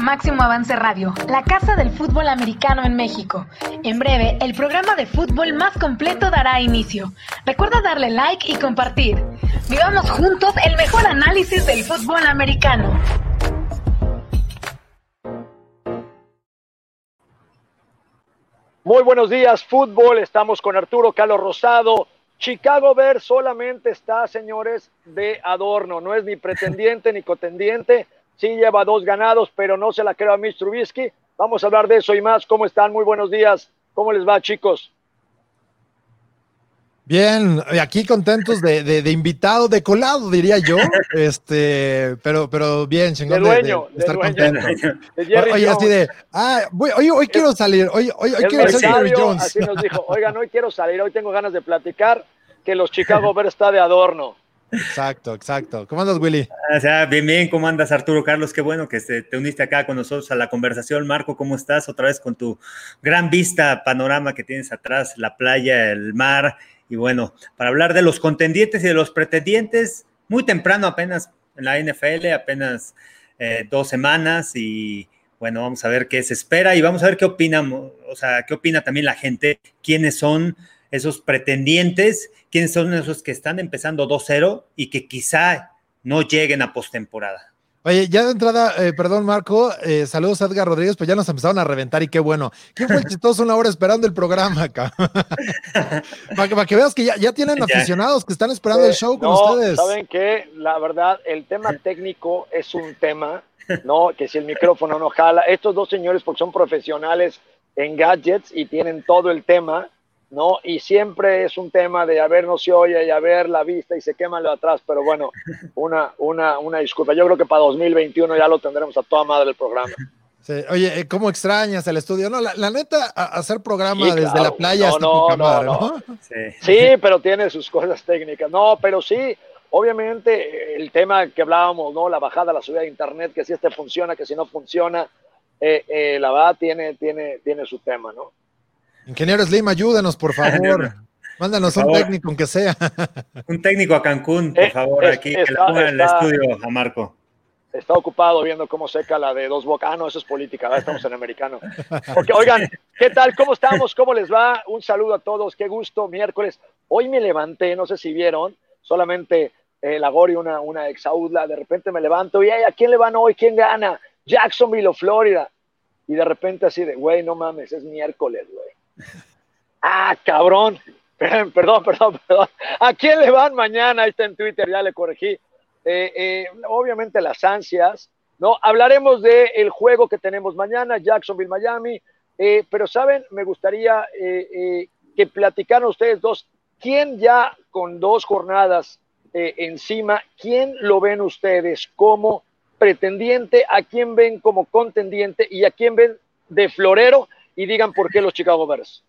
Máximo Avance Radio, la casa del fútbol americano en México. En breve, el programa de fútbol más completo dará inicio. Recuerda darle like y compartir. Vivamos juntos el mejor análisis del fútbol americano. Muy buenos días, fútbol. Estamos con Arturo Carlos Rosado. Chicago Bears solamente está, señores, de adorno. No es ni pretendiente ni contendiente. Sí lleva 2 ganados, pero no se la creo a Mitch Trubisky. Vamos a hablar de eso y más. ¿Cómo están? Muy buenos días. ¿Cómo les va, chicos? Bien, aquí contentos de invitado, de colado, diría yo. Pero bien, chingón de estar contento. Oye, así de, hoy quiero salir, hoy quiero ser Jerry Jones. Así nos dijo, oigan, hoy quiero salir, hoy tengo ganas de platicar, que los Chicago Bears está de adorno. Exacto. ¿Cómo andas, Willy? O sea, bien. ¿Cómo andas, Arturo Carlos? Qué bueno que te uniste acá con nosotros a la conversación. Marco, ¿cómo estás? Otra vez con tu gran vista, panorama que tienes atrás, la playa, el mar. Y bueno, para hablar de los contendientes y de los pretendientes, muy temprano apenas en la NFL, apenas 2 semanas. Y bueno, vamos a ver qué se espera y vamos a ver qué opinan, qué opina también la gente, quiénes son esos pretendientes, quiénes son esos que están empezando 2-0 y que quizá no lleguen a postemporada. Oye, ya de entrada, perdón, Marco, saludos a Edgar Rodríguez, pues ya nos empezaron a reventar y qué bueno. ¿Quién fue el chistoso 1 hora esperando el programa acá? para que veas que ya tienen aficionados que están esperando el show con ustedes. ¿Saben qué? La verdad, el tema técnico es un tema, ¿no? Que si el micrófono no jala. Estos 2 señores, porque son profesionales en gadgets y tienen todo el tema, ¿no? Y siempre es un tema de a ver, no se oye y a ver la vista y se quema lo de atrás, pero bueno, una disculpa. Yo creo que para 2021 ya lo tendremos a toda madre el programa. Sí. Oye, ¿cómo extrañas el estudio? No, la neta, hacer programa desde claro, la playa está poca madre, ¿no? Sí, pero tiene sus cosas técnicas. No, pero sí, obviamente el tema que hablábamos, ¿no? La bajada, la subida de internet, que si funciona, que si no funciona, la verdad tiene su tema, ¿no? Ingeniero Slim, ayúdanos, por favor. Mándanos un técnico, aunque sea. Un técnico a Cancún, por favor, aquí, que le pongan el estudio a Marco. Está ocupado viendo cómo seca la de Dos Bocas. No, eso es política, ¿verdad? Estamos en americano. Porque, oigan, ¿qué tal? ¿Cómo estamos? ¿Cómo les va? Un saludo a todos, qué gusto, miércoles. Hoy me levanté, no sé si vieron, solamente la Gori, una exaudla, de repente me levanto y ¿a quién le van hoy? ¿Quién gana? Jacksonville o Florida. Y de repente así de, güey, no mames, es miércoles, güey. Cabrón. Perdón. ¿A quién le van mañana? Ahí está en Twitter, ya le corregí. Obviamente las ansias, ¿no? Hablaremos del juego que tenemos mañana, Jacksonville-Miami, pero, ¿saben? Me gustaría que platicaran ustedes dos. ¿Quién ya con 2 jornadas encima, quién lo ven ustedes como pretendiente, a quién ven como contendiente y a quién ven de florero? Y digan por qué los Chicago Bears.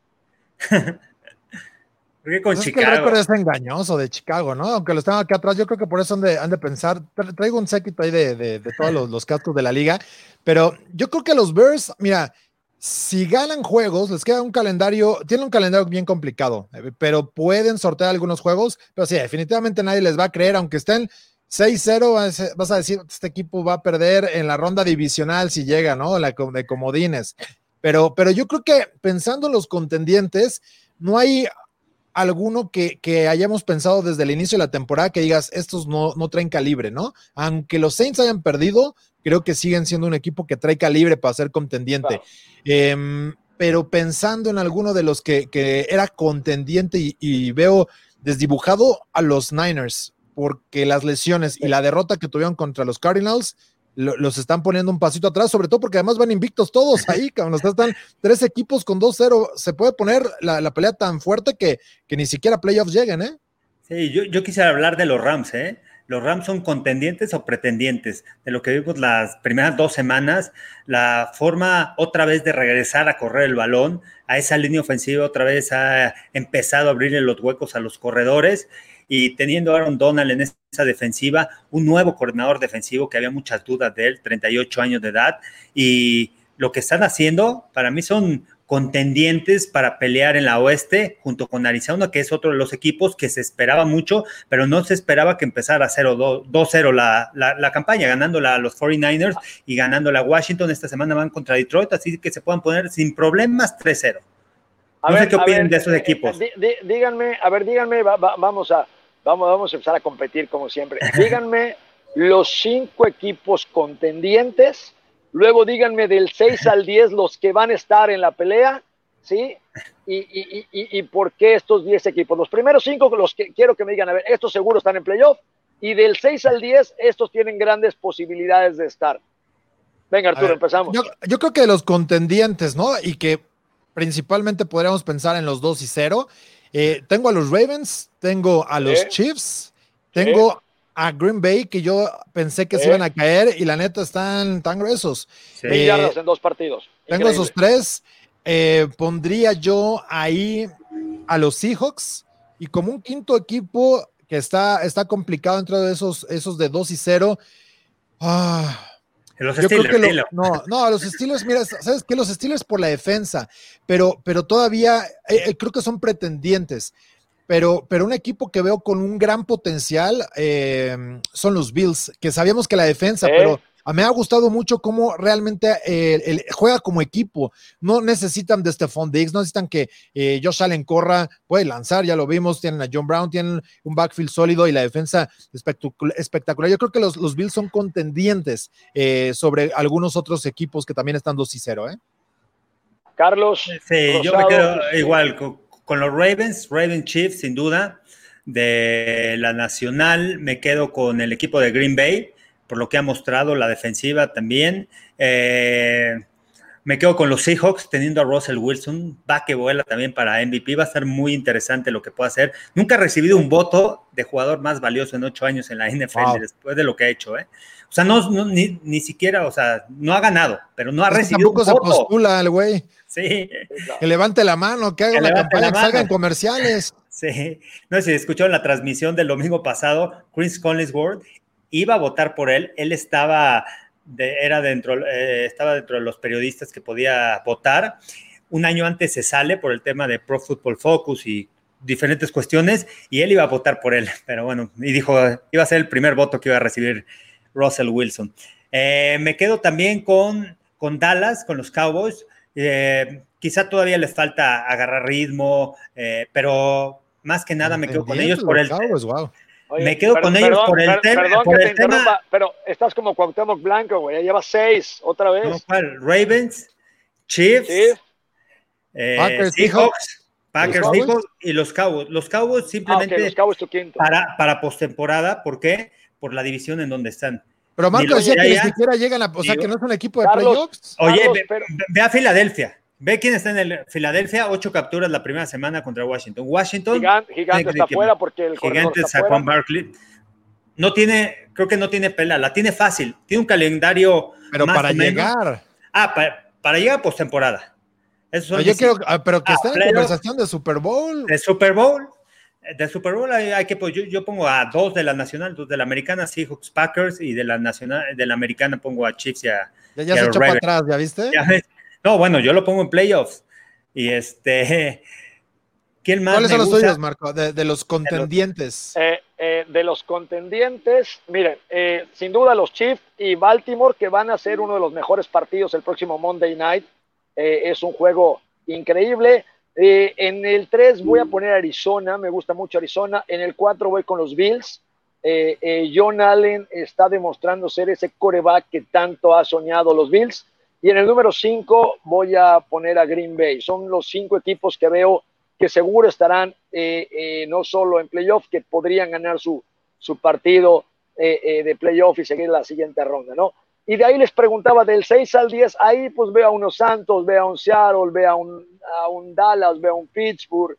Porque con pues Chicago. Es que el récord es engañoso de Chicago, ¿no? Aunque lo están acá atrás, yo creo que por eso han de pensar. Traigo un séquito ahí de todos los cascos de la liga, pero yo creo que los Bears, mira, si ganan juegos, les queda tienen un calendario bien complicado, pero pueden sortear algunos juegos, pero sí, definitivamente nadie les va a creer, aunque estén 6-0, vas a decir, este equipo va a perder en la ronda divisional si llega, ¿no? La de comodines. Pero yo creo que pensando en los contendientes, no hay alguno que hayamos pensado desde el inicio de la temporada que digas, estos no traen calibre, ¿no? Aunque los Saints hayan perdido, creo que siguen siendo un equipo que trae calibre para ser contendiente. Claro. Pero pensando en alguno de los que era contendiente y veo desdibujado a los Niners, porque las lesiones y la derrota que tuvieron contra los Cardinals los están poniendo un pasito atrás, sobre todo porque además van invictos todos ahí, cabrón. Están 3 equipos con 2-0, se puede poner la pelea tan fuerte que ni siquiera playoffs lleguen, ¿eh? Sí, yo quisiera hablar de los Rams, ¿eh? ¿Los Rams son contendientes o pretendientes? De lo que vimos las primeras 2 semanas, la forma otra vez de regresar a correr el balón, a esa línea ofensiva otra vez ha empezado a abrirle los huecos a los corredores, y teniendo a Aaron Donald en esa defensiva, un nuevo coordinador defensivo que había muchas dudas de él, 38 años de edad, y lo que están haciendo para mí son contendientes para pelear en la oeste, junto con Arizona, que es otro de los equipos que se esperaba mucho, pero no se esperaba que empezara a 2-0 la campaña, ganándola a los 49ers y ganándola a Washington. Esta semana van contra Detroit, así que se puedan poner sin problemas 3-0. No sé qué opinan de esos equipos. Díganme, vamos a empezar a competir como siempre. Díganme los 5 equipos contendientes, luego díganme del 6 al 10 los que van a estar en la pelea, ¿sí? Y por qué estos 10 equipos. Los primeros 5, los que quiero que me digan, a ver, estos seguros están en playoff, y del 6 al 10, estos tienen grandes posibilidades de estar. Venga, Arturo, empezamos. Yo creo que de los contendientes, ¿no? Y que principalmente podríamos pensar en los 2-0. Tengo a los Ravens, tengo a los Chiefs, tengo a Green Bay, que yo pensé que se iban a caer y la neta están tan gruesos. 1000 yardas en 2 partidos. Tengo esos 3. Pondría yo ahí a los Seahawks y como un quinto equipo que está complicado dentro de esos de 2-0. Los Steelers, no, los Steelers, mira, ¿sabes qué? Los Steelers por la defensa, pero todavía creo que son pretendientes. Pero un equipo que veo con un gran potencial son los Bills, que sabíamos que la defensa, pero me ha gustado mucho cómo realmente juega como equipo. No necesitan de Stephon Diggs, no necesitan que Josh Allen corra, puede lanzar, ya lo vimos, tienen a John Brown, tienen un backfield sólido y la defensa espectacular. Yo creo que los Bills son contendientes sobre algunos otros equipos que también están 2-0, Carlos. Sí, Rosado, yo me quedo igual con los Ravens Chiefs, sin duda. De la nacional me quedo con el equipo de Green Bay, por lo que ha mostrado la defensiva también. Me quedo con los Seahawks, teniendo a Russell Wilson, va que vuela también para MVP, va a ser muy interesante lo que pueda hacer. Nunca ha recibido un voto de jugador más valioso en 8 años en la NFL, después de lo que ha hecho, O sea, ni siquiera, o sea, no ha ganado, pero no ha recibido un voto. Tampoco se postula el güey. Sí. Que levante la mano, que haga una campaña, que salga en comerciales. Sí. No sé si escucharon la transmisión del domingo pasado, Chris Collinsworth iba a votar por él estaba dentro de los periodistas que podía votar. Un año antes se sale por el tema de Pro Football Focus y diferentes cuestiones, y él iba a votar por él, pero bueno, y dijo, iba a ser el primer voto que iba a recibir Russell Wilson. Me quedo también con Dallas, con los Cowboys. Quizá todavía les falta agarrar ritmo, pero más que nada me quedo con ellos por el Cowboys, wow. Oye, me quedo con ellos por el tema. Perdón que te interrumpa, pero estás como Cuauhtémoc Blanco, güey. Ya llevas 6 otra vez. No, ¿cuál? Ravens, Chiefs, Seahawks, Packers, Seahawks y los Cowboys. Los Cowboys simplemente los Cowboys tu quinto. para postemporada. ¿Por qué? Por la división en donde están. Pero Marco decía que ni siquiera llegan o sea, que no es un equipo de playoffs. Oye, ve a Filadelfia. Ve quién está en el Filadelfia, 8 capturas la primera semana contra Washington. Gigante está fuera porque el Gigante Saquon Barkley creo que no tiene pela, la tiene fácil, tiene un calendario. Pero más para llegar. Para llegar a postemporada. Yo quiero, pero que esté en la conversación de Super Bowl. De Super Bowl hay que, yo pongo a 2 de la nacional, 2 de la americana, Seahawks, Packers, y de la nacional, de la americana pongo a Chiefs y a ya se echó para atrás, ¿ya viste? ¿Ya ves? No, bueno, yo lo pongo en playoffs. Y ¿quién más? ¿Cuáles son los tuyos, Marco? De los contendientes. De los contendientes, miren, sin duda los Chiefs y Baltimore, que van a ser uno de los mejores partidos el próximo Monday Night. Es un juego increíble. En el 3 voy a poner Arizona, me gusta mucho Arizona. En el 4 voy con los Bills. John Allen está demostrando ser ese quarterback que tanto ha soñado los Bills. Y en el número 5 voy a poner a Green Bay. Son los 5 equipos que veo que seguro estarán no solo en playoff, que podrían ganar su partido de playoff y seguir la siguiente ronda, ¿no? Y de ahí les preguntaba del 6 al 10, ahí pues veo a unos Santos, veo a un Seattle, veo a un Dallas, veo a un Pittsburgh.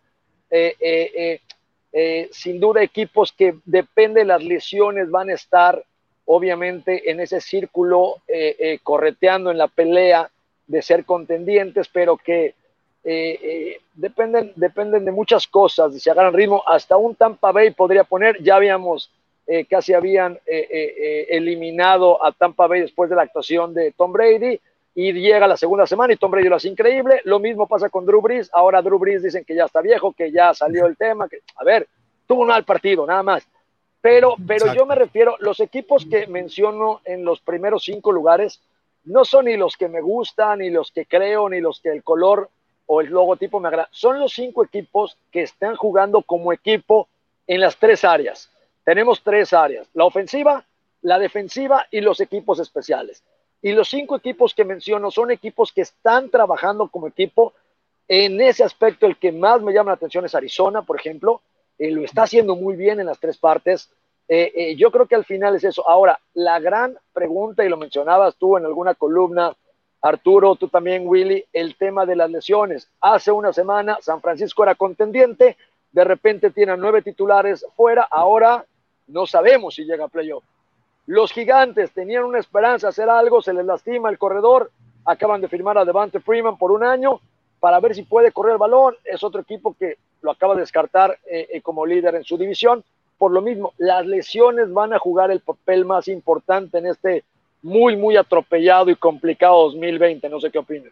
Sin duda equipos que depende de las lesiones van a estar obviamente en ese círculo correteando en la pelea de ser contendientes, pero que dependen de muchas cosas, de si agarran ritmo. Hasta un Tampa Bay podría poner, ya habíamos casi habían eliminado a Tampa Bay después de la actuación de Tom Brady, y llega la segunda semana y Tom Brady lo hace increíble. Lo mismo pasa con Drew Brees. Ahora Drew Brees dicen que ya está viejo, que ya salió el tema, que, a ver, tuvo un mal partido, nada más. Pero yo me refiero, los equipos que menciono en los primeros 5 lugares no son ni los que me gustan, ni los que creo, ni los que el color o el logotipo me agrada. Son los 5 equipos que están jugando como equipo en las 3 áreas. Tenemos 3 áreas, la ofensiva, la defensiva y los equipos especiales. Y los 5 equipos que menciono son equipos que están trabajando como equipo. En ese aspecto, el que más me llama la atención es Arizona, por ejemplo. Lo está haciendo muy bien en las 3 partes. Yo creo que al final es eso. Ahora, la gran pregunta, y lo mencionabas tú en alguna columna, Arturo, tú también, Willy, el tema de las lesiones. Hace una semana San Francisco era contendiente, de repente tienen 9 titulares fuera, ahora no sabemos si llega a playoff. Los Gigantes tenían una esperanza de hacer algo, se les lastima el corredor, acaban de firmar a Devonta Freeman por 1 año para ver si puede correr el balón. Es otro equipo que lo acaba de descartar como líder en su división. Por lo mismo, las lesiones van a jugar el papel más importante en este muy, muy atropellado y complicado 2020. No sé qué opinan.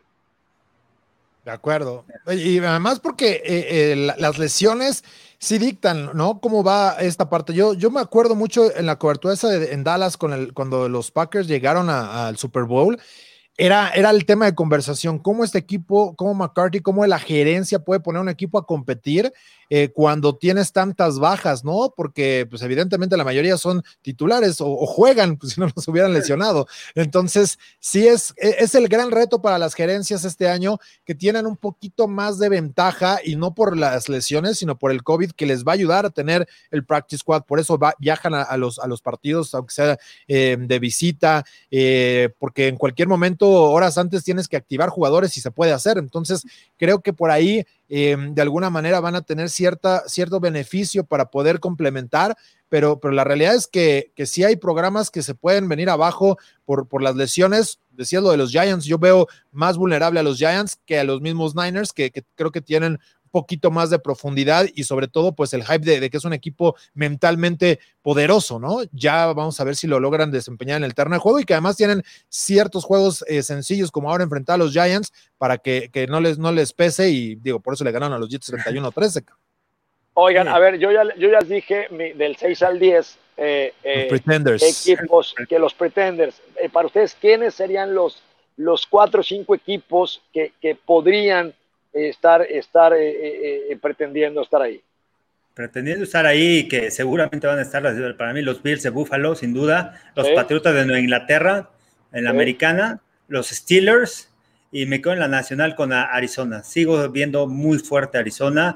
De acuerdo. Y además porque las lesiones sí dictan, ¿no? ¿Cómo va esta parte? Yo me acuerdo mucho en la cobertura esa en Dallas cuando los Packers llegaron al Super Bowl. Era el tema de conversación, cómo este equipo, cómo McCarthy, cómo la gerencia puede poner un equipo a competir cuando tienes tantas bajas, ¿no? Porque pues evidentemente la mayoría son titulares o juegan, pues si no nos hubieran lesionado. Entonces, sí es el gran reto para las gerencias este año, que tienen un poquito más de ventaja, y no por las lesiones, sino por el COVID, que les va a ayudar a tener el practice squad. Por eso viajan a los partidos, aunque sea de visita, porque en cualquier momento, horas antes, tienes que activar jugadores y se puede hacer. Entonces, creo que por ahí de alguna manera van a tener cierto beneficio para poder complementar, pero la realidad es que sí hay programas que se pueden venir abajo por las lesiones. Decías lo de los Giants, yo veo más vulnerable a los Giants que a los mismos Niners, que creo que tienen poquito más de profundidad, y sobre todo pues el hype de que es un equipo mentalmente poderoso, ¿no? Ya vamos a ver si lo logran desempeñar en el terreno de juego, y que además tienen ciertos juegos sencillos, como ahora enfrentar a los Giants, para que no les pese, y digo, por eso le ganaron a los Jets 31-13. Oigan, a ver, yo ya les dije del 6 al 10 los Pretenders. equipos, que los Pretenders. Para ustedes, ¿quiénes serían los 4 o 5 equipos que podrían estar pretendiendo estar ahí? Pretendiendo estar ahí, que seguramente van a estar, para mí, los Bills de Buffalo, sin duda, los Patriotas de Nueva Inglaterra, en la americana, los Steelers, y me quedo en la nacional con Arizona. Sigo viendo muy fuerte Arizona.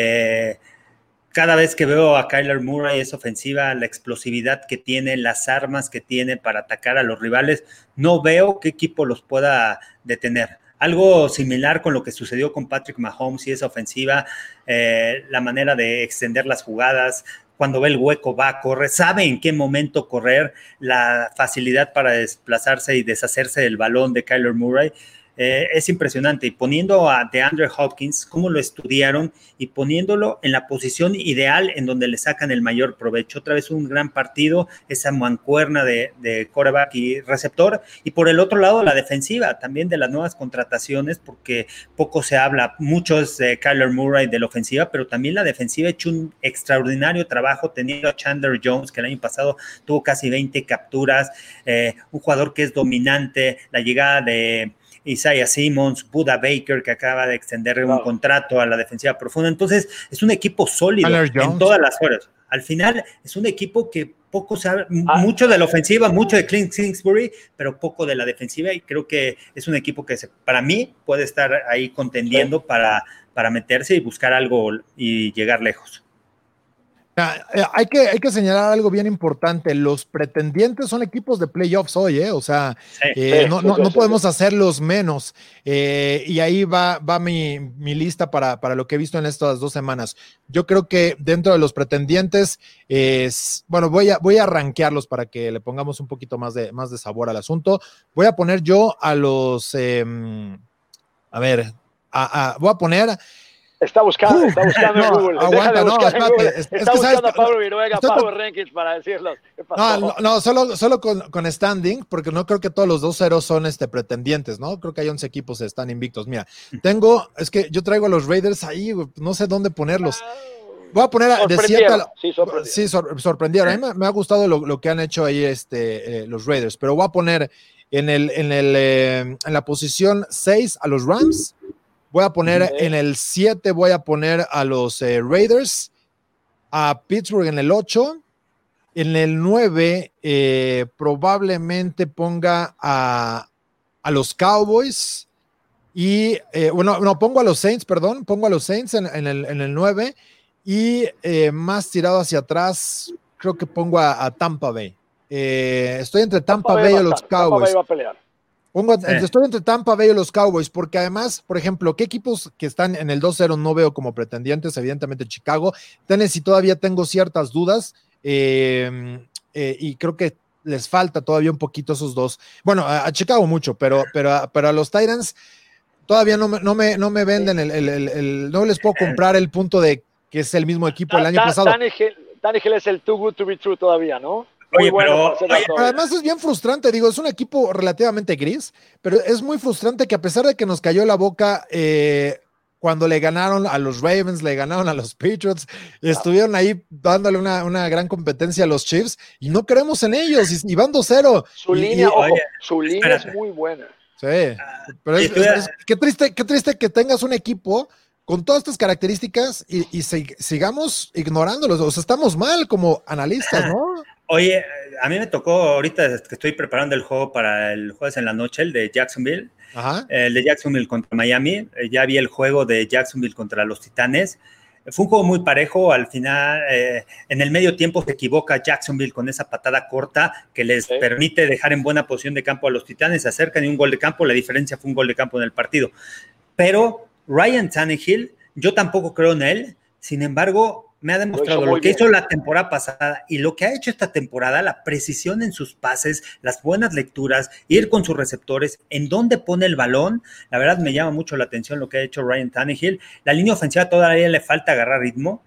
Cada vez que veo a Kyler Murray, es ofensiva, la explosividad que tiene, las armas que tiene para atacar a los rivales, no veo qué equipo los pueda detener. Algo similar con lo que sucedió con Patrick Mahomes y esa ofensiva, la manera de extender las jugadas, cuando ve el hueco va, corre, sabe en qué momento correr, la facilidad para desplazarse y deshacerse del balón de Kyler Murray. Es impresionante, y poniendo a DeAndre Hopkins, cómo lo estudiaron, y poniéndolo en la posición ideal en donde le sacan el mayor provecho. Otra vez un gran partido, esa mancuerna de quarterback y receptor. Y por el otro lado, la defensiva, también de las nuevas contrataciones, porque poco se habla, mucho es de Kyler Murray de la ofensiva, pero también la defensiva ha hecho un extraordinario trabajo, teniendo a Chandler Jones, que el año pasado tuvo casi 20 capturas, un jugador que es dominante, la llegada de Isaiah Simmons, Buda Baker, que acaba de extender un contrato a la defensiva profunda. Entonces, es un equipo sólido en todas las horas. Al final, es un equipo que poco sabe, mucho de la ofensiva, mucho de Clint Kingsbury, pero poco de la defensiva, y creo que es un equipo que para mí puede estar ahí contendiendo para meterse y buscar algo y llegar lejos. Hay que señalar algo bien importante. Los pretendientes son equipos de playoffs hoy, o sea, no podemos hacerlos menos. Y ahí va mi lista para lo que he visto en estas 2 semanas. Yo creo que dentro de los pretendientes, bueno, voy a rankearlos para que le pongamos un poquito más de sabor al asunto. Voy a poner yo a los, voy a poner Está buscando en Google. Aguanta, Déjale buscar en Google. Está buscando a ¿sabes? Pablo Viruega, Pablo Rankings para decirlo. No, solo con standing, porque no creo que todos los 2-0 son pretendientes, ¿no? Creo que hay 11 equipos que están invictos. Mira, es que yo traigo a los Raiders ahí, no sé dónde ponerlos. Voy a poner de 7 sorprendieron. A mí me ha gustado lo que han hecho ahí los Raiders, pero voy a poner en la posición 6 a los Rams. Voy a poner en el 7, voy a poner a los Raiders, a Pittsburgh en el 8, en el 9 probablemente ponga a los Cowboys y, pongo a los Saints, en el 9 y más tirado hacia atrás, creo que pongo a Tampa Bay. Estoy entre Tampa Bay y los Cowboys. Tampa Bay va a pelear. Estoy entre Tampa Bay y los Cowboys, porque además, por ejemplo, ¿qué equipos que están en el 2-0 no veo como pretendientes? Evidentemente Chicago. Tennessee todavía tengo ciertas dudas y creo que les falta todavía un poquito esos dos. Bueno, a Chicago mucho, pero a los Titans todavía no me venden no les puedo comprar el punto de que es el mismo equipo el año pasado. Tannehill es el too good to be true todavía, ¿no? Pero además es bien frustrante, digo, es un equipo relativamente gris, pero es muy frustrante que a pesar de que nos cayó la boca cuando le ganaron a los Ravens, le ganaron a los Patriots, estuvieron ahí dándole una gran competencia a los Chiefs y no creemos en ellos y van 2-0. Su línea es muy buena. Sí, pero qué triste que tengas un equipo con todas estas características y sigamos ignorándolos, o sea, estamos mal como analistas, ¿no? Oye, a mí me tocó ahorita que estoy preparando el juego para el jueves en la noche, el de Jacksonville, el de Jacksonville contra Miami. Ya vi el juego de Jacksonville contra los Titanes. Fue un juego muy parejo. Al final, en el medio tiempo se equivoca Jacksonville con esa patada corta que les permite dejar en buena posición de campo a los Titanes. Se acercan y un gol de campo. La diferencia fue un gol de campo en el partido. Pero Ryan Tannehill, yo tampoco creo en él. Sin embargo, me ha demostrado lo que hizo la temporada pasada y lo que ha hecho esta temporada, la precisión en sus pases, las buenas lecturas, ir con sus receptores, en dónde pone el balón. La verdad me llama mucho la atención lo que ha hecho Ryan Tannehill. La línea ofensiva todavía le falta agarrar ritmo.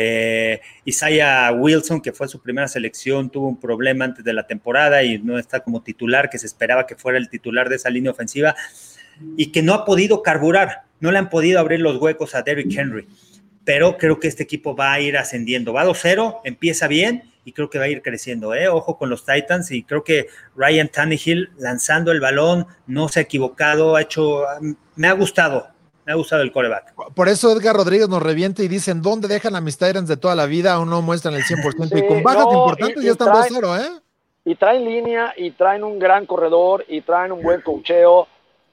Isaiah Wilson, que fue su primera selección, tuvo un problema antes de la temporada y no está como titular, que se esperaba que fuera el titular de esa línea ofensiva y que no ha podido carburar, no le han podido abrir los huecos a Derrick Henry. Pero creo que este equipo va a ir ascendiendo. Va 2-0, empieza bien y creo que va a ir creciendo. Ojo con los Titans y creo que Ryan Tannehill lanzando el balón, no se ha equivocado, me ha gustado el quarterback. Por eso Edgar Rodríguez nos revienta y dicen, ¿dónde dejan a mis Titans de toda la vida? Aún no muestran el 100%. Sí, y con bajas importantes ya están 2-0, Y traen línea, y traen un gran corredor, y traen un buen coacheo.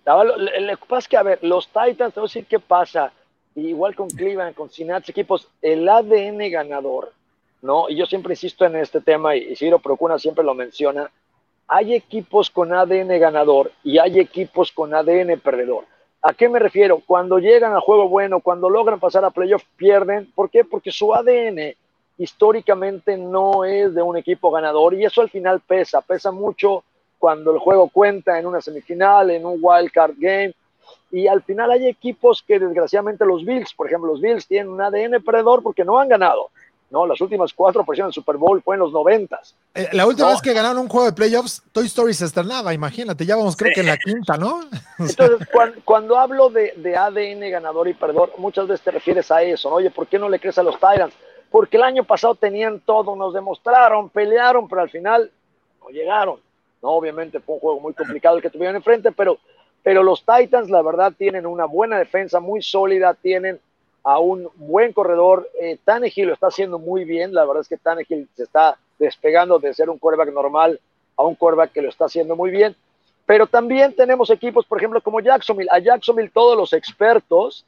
Lo que pasa es que, a ver, los Titans, te voy a decir qué pasa. Igual con Cleveland, con Cincinnati, equipos, el ADN ganador, ¿no? Y yo siempre insisto en este tema, y Ciro Procuna siempre lo menciona, hay equipos con ADN ganador y hay equipos con ADN perdedor. ¿A qué me refiero? Cuando llegan a juego bueno, cuando logran pasar a playoff, pierden. ¿Por qué? Porque su ADN históricamente no es de un equipo ganador y eso al final pesa mucho cuando el juego cuenta en una semifinal, en un wild card game. Y al final hay equipos que desgraciadamente los Bills, por ejemplo, los Bills tienen un ADN perdedor porque no han ganado, ¿no? Las últimas 4 apariciones del Super Bowl fue en los 90s. La última vez que ganaron un juego de playoffs, Toy Story se estrenaba, imagínate, ya vamos creo que en la quinta, ¿no? Entonces, cuando hablo de ADN ganador y perdedor, muchas veces te refieres a eso, ¿no? Oye, ¿por qué no le crees a los Titans? Porque el año pasado tenían todo, nos demostraron, pelearon, pero al final no llegaron, ¿no? Obviamente fue un juego muy complicado el que tuvieron enfrente, pero los Titans, la verdad, tienen una buena defensa, muy sólida, tienen a un buen corredor. Tannehill lo está haciendo muy bien. La verdad es que Tannehill se está despegando de ser un quarterback normal a un quarterback que lo está haciendo muy bien. Pero también tenemos equipos, por ejemplo, como Jacksonville. A Jacksonville todos los expertos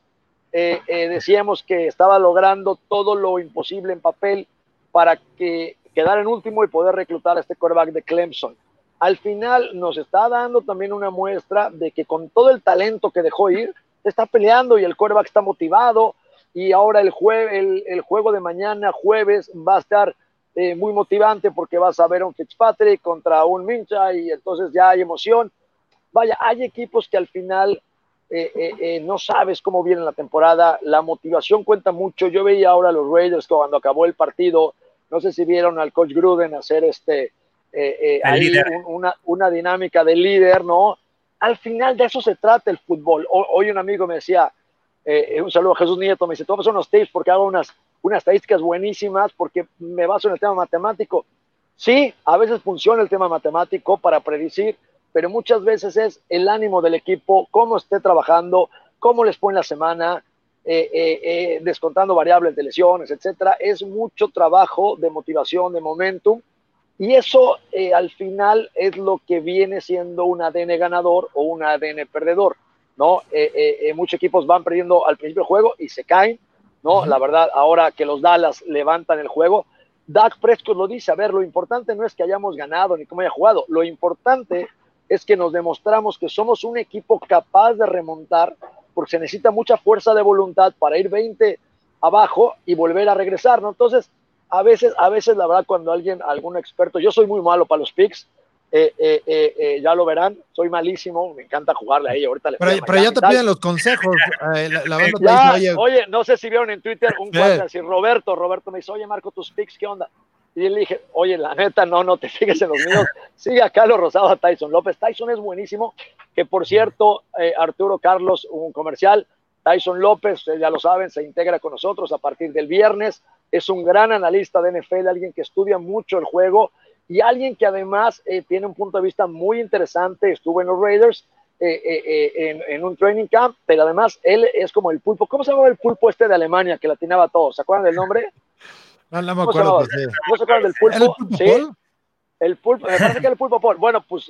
decíamos que estaba logrando todo lo imposible en papel para que quedara en último y poder reclutar a este quarterback de Clemson. Al final nos está dando también una muestra de que con todo el talento que dejó ir, está peleando y el quarterback está motivado y ahora el juego de mañana, jueves, va a estar muy motivante porque vas a ver a un Fitzpatrick contra un Mincha y entonces ya hay emoción. Vaya, hay equipos que al final no sabes cómo viene la temporada, la motivación cuenta mucho. Yo veía ahora a los Raiders cuando acabó el partido, no sé si vieron al coach Gruden hacer ahí una dinámica de líder, ¿no? Al final de eso se trata el fútbol. Hoy un amigo me decía, un saludo a Jesús Nieto, me dice, tú vas a unos tapes porque hago unas estadísticas buenísimas, porque me baso en el tema matemático. Sí, a veces funciona el tema matemático para predecir, pero muchas veces es el ánimo del equipo, cómo esté trabajando, cómo les fue en la semana, descontando variables de lesiones, etcétera. Es mucho trabajo de motivación, de momentum, y eso al final es lo que viene siendo un ADN ganador o un ADN perdedor, ¿no? Muchos equipos van perdiendo al principio del juego y se caen, ¿no? La verdad, ahora que los Dallas levantan el juego, Dak Prescott lo dice, a ver, lo importante no es que hayamos ganado ni cómo haya jugado, lo importante es que nos demostramos que somos un equipo capaz de remontar, porque se necesita mucha fuerza de voluntad para ir 20 abajo y volver a regresar, ¿no? Entonces, a veces la verdad, cuando algún experto, yo soy muy malo para los picks, ya lo verán, soy malísimo, me encanta jugarle ahí, ahorita pero ya te piden los consejos, la banda te dice, oye, no sé si vieron en Twitter un cuate así, Roberto me dice, oye Marco, tus picks, ¿qué onda? Y le dije, oye, la neta, no te fijes en los míos, sigue a Carlos Rosado, a Tyson López. Tyson es buenísimo, que por cierto, Arturo Carlos, un comercial, Tyson López, ya lo saben, se integra con nosotros a partir del viernes, es un gran analista de NFL, alguien que estudia mucho el juego y alguien que además tiene un punto de vista muy interesante, estuvo en los Raiders, en un training camp, pero además él es como el pulpo. ¿Cómo se llama el pulpo de Alemania que latinaba a todos? ¿Se acuerdan del nombre? No me acuerdo. ¿No se acuerdan del pulpo? ¿El pulpo sí, Paul? El pulpo, me parece que era el pulpo Paul. Bueno, pues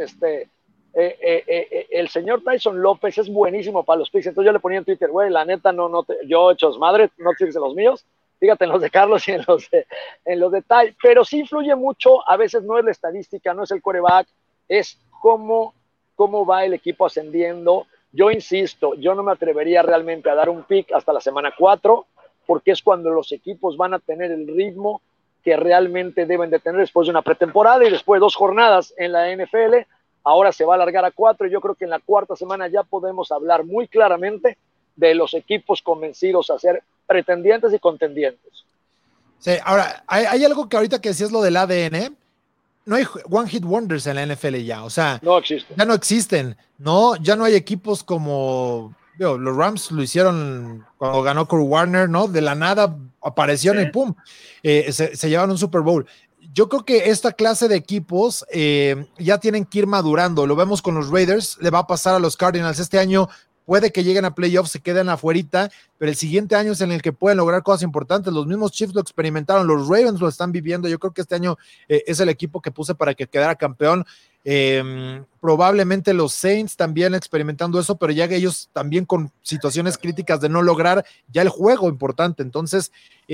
el señor Tyson López es buenísimo para los picks. Entonces yo le ponía en Twitter, güey, la neta, yo hechos madre, no te fijas en los míos. Fíjate en los de Carlos y en los de Ty, pero sí influye mucho, a veces no es la estadística, no es el quarterback, es cómo va el equipo ascendiendo. Yo insisto, yo no me atrevería realmente a dar un pick hasta la semana 4, porque es cuando los equipos van a tener el ritmo que realmente deben de tener después de una pretemporada y después de 2 jornadas en la NFL. Ahora se va a alargar a 4 y yo creo que en la 4ª semana ya podemos hablar muy claramente de los equipos convencidos a ser pretendientes y contendientes. Sí, ahora, hay algo que ahorita que decías lo del ADN, no hay one hit wonders en la NFL ya, o sea, no existe. Ya no existen, ¿no? Ya no hay equipos como, los Rams lo hicieron cuando ganó Kurt Warner, ¿no? De la nada aparecieron y pum, se llevaron un Super Bowl. Yo creo que esta clase de equipos ya tienen que ir madurando, lo vemos con los Raiders, le va a pasar a los Cardinals este año. Puede que lleguen a playoffs, se queden afuerita, pero el siguiente año es en el que pueden lograr cosas importantes. Los mismos Chiefs lo experimentaron, los Ravens lo están viviendo. Yo creo que este año es el equipo que puse para que quedara campeón. Probablemente los Saints también experimentando eso, pero ya que ellos también con situaciones críticas de no lograr ya el juego importante. Entonces,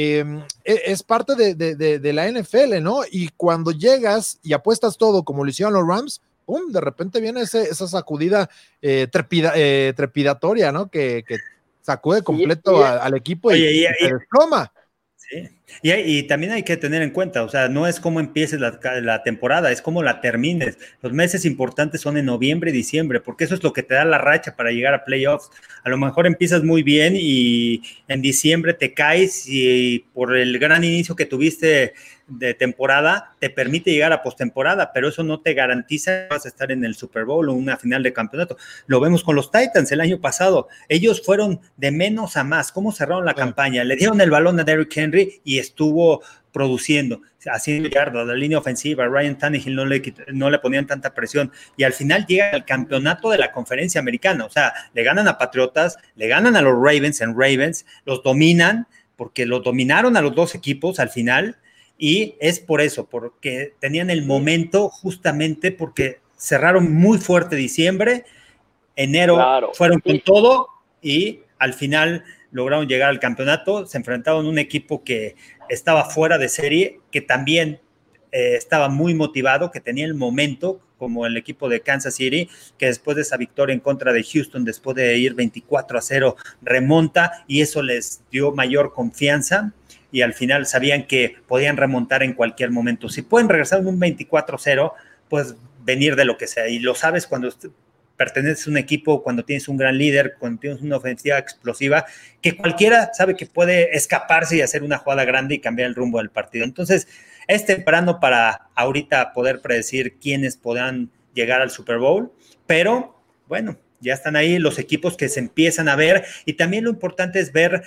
es parte de la NFL, ¿no? Y cuando llegas y apuestas todo como lo hicieron los Rams, ¡pum!, de repente viene esa sacudida trepidatoria, ¿no? Que sacude completo al equipo y se desploma. Sí. Y también hay que tener en cuenta, o sea, no es cómo empieces la temporada, es cómo la termines. Los meses importantes son en noviembre y diciembre, porque eso es lo que te da la racha para llegar a playoffs. A lo mejor empiezas muy bien y en diciembre te caes y por el gran inicio que tuviste de temporada te permite llegar a postemporada, pero eso no te garantiza que vas a estar en el Super Bowl o una final de campeonato. Lo vemos con los Titans el año pasado. Ellos fueron de menos a más. ¿Cómo cerraron la campaña? Le dieron el balón a Derrick Henry y estuvo produciendo, haciendo yardas, la línea ofensiva, Ryan Tannehill no le ponían tanta presión, y al final llega al campeonato de la conferencia americana, o sea, le ganan a Patriotas, le ganan a los Ravens en Ravens, los dominan, porque los dominaron a los 2 equipos al final, y es por eso, porque tenían el momento justamente porque cerraron muy fuerte diciembre, enero fueron con todo, y al final lograron llegar al campeonato, se enfrentaron a un equipo que estaba fuera de serie, que también estaba muy motivado, que tenía el momento, como el equipo de Kansas City, que después de esa victoria en contra de Houston, después de ir 24-0, remonta, y eso les dio mayor confianza, y al final sabían que podían remontar en cualquier momento. Si pueden regresar en un 24-0, pues venir de lo que sea, y lo sabes cuando perteneces a un equipo, cuando tienes un gran líder, cuando tienes una ofensiva explosiva, que cualquiera sabe que puede escaparse y hacer una jugada grande y cambiar el rumbo del partido. Entonces, es temprano para ahorita poder predecir quiénes podrán llegar al Super Bowl, pero bueno, ya están ahí los equipos que se empiezan a ver, y también lo importante es ver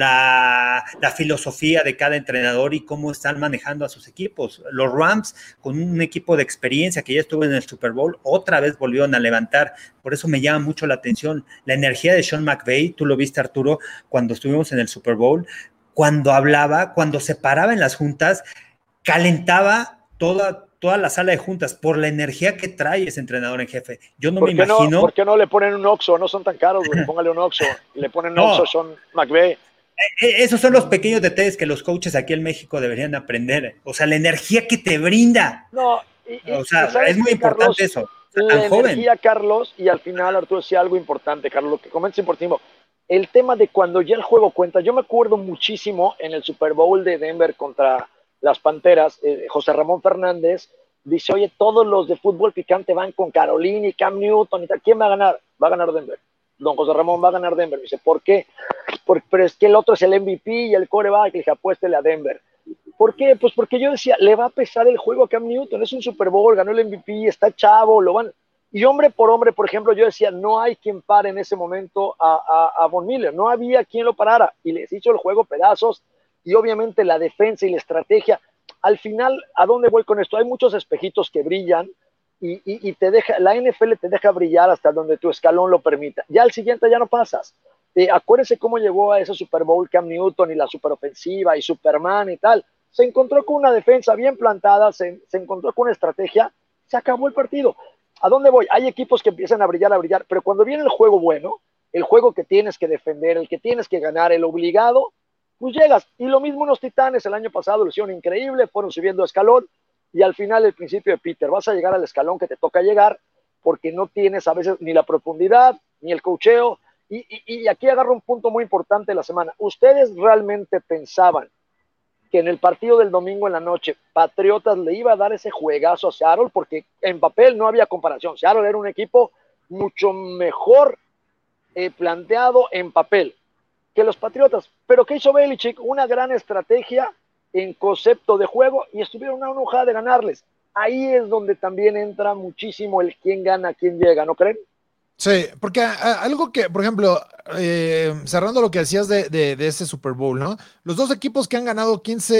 la filosofía de cada entrenador y cómo están manejando a sus equipos. Los Rams, con un equipo de experiencia que ya estuvo en el Super Bowl, otra vez volvieron a levantar. Por eso me llama mucho la atención la energía de Sean McVay. Tú lo viste, Arturo, cuando estuvimos en el Super Bowl, cuando hablaba, cuando se paraba en las juntas, calentaba toda la sala de juntas por la energía que trae ese entrenador en jefe. Yo no me imagino. ¿Por qué no le ponen un Oxxo? No son tan caros, güey. Póngale un Oxxo. Le ponen un Oxxo, Sean McVay. Esos son los pequeños detalles que los coaches aquí en México deberían aprender. O sea, la energía que te brinda. No, o sea, es muy importante, Carlos, eso. La energía, Carlos, y al final Arturo decía algo importante, Carlos, lo que comentas importantísimo. El tema de cuando ya el juego cuenta. Yo me acuerdo muchísimo en el Super Bowl de Denver contra las Panteras, José Ramón Fernández dice, oye, todos los de fútbol picante van con Carolina y Cam Newton y tal. ¿Quién va a ganar? Va a ganar Denver. Don José Ramón va a ganar Denver. Me dice, ¿por qué? Pero es que el otro es el MVP y el quarterback, le dije, apuéstele a Denver. ¿Por qué? Pues porque yo decía, le va a pesar el juego a Cam Newton, es un Super Bowl, ganó el MVP, está chavo, lo van... Y hombre, por ejemplo, yo decía, no hay quien pare en ese momento a Von Miller, no había quien lo parara, y les hizo el juego pedazos, y obviamente la defensa y la estrategia. Al final, ¿a dónde voy con esto? Hay muchos espejitos que brillan y te deja, la NFL te deja brillar hasta donde tu escalón lo permita. Ya al siguiente ya no pasas. Acuérdense cómo llegó a ese Super Bowl Cam Newton y la superofensiva y Superman y tal. Se encontró con una defensa bien plantada, se encontró con una estrategia, se acabó el partido. ¿A dónde voy? Hay equipos que empiezan a brillar, pero cuando viene el juego bueno, el juego que tienes que defender, el que tienes que ganar, el obligado, pues llegas. Y lo mismo unos Titanes el año pasado lo hicieron increíble, fueron subiendo escalón, y al final el principio de Peter, vas a llegar al escalón que te toca llegar, porque no tienes a veces ni la profundidad, ni el coacheo, y aquí agarro un punto muy importante de la semana. ¿Ustedes realmente pensaban que en el partido del domingo en la noche Patriotas le iba a dar ese juegazo a Seattle? Porque en papel no había comparación. Seattle era un equipo mucho mejor planteado en papel que los Patriotas. Pero ¿qué hizo Belichick? Una gran estrategia en concepto de juego y estuvieron a una hojada de ganarles. Ahí es donde también entra muchísimo el quién gana, quién llega, ¿no creen? Sí, porque algo que, por ejemplo, cerrando lo que decías de ese Super Bowl, ¿no? Los dos equipos que han ganado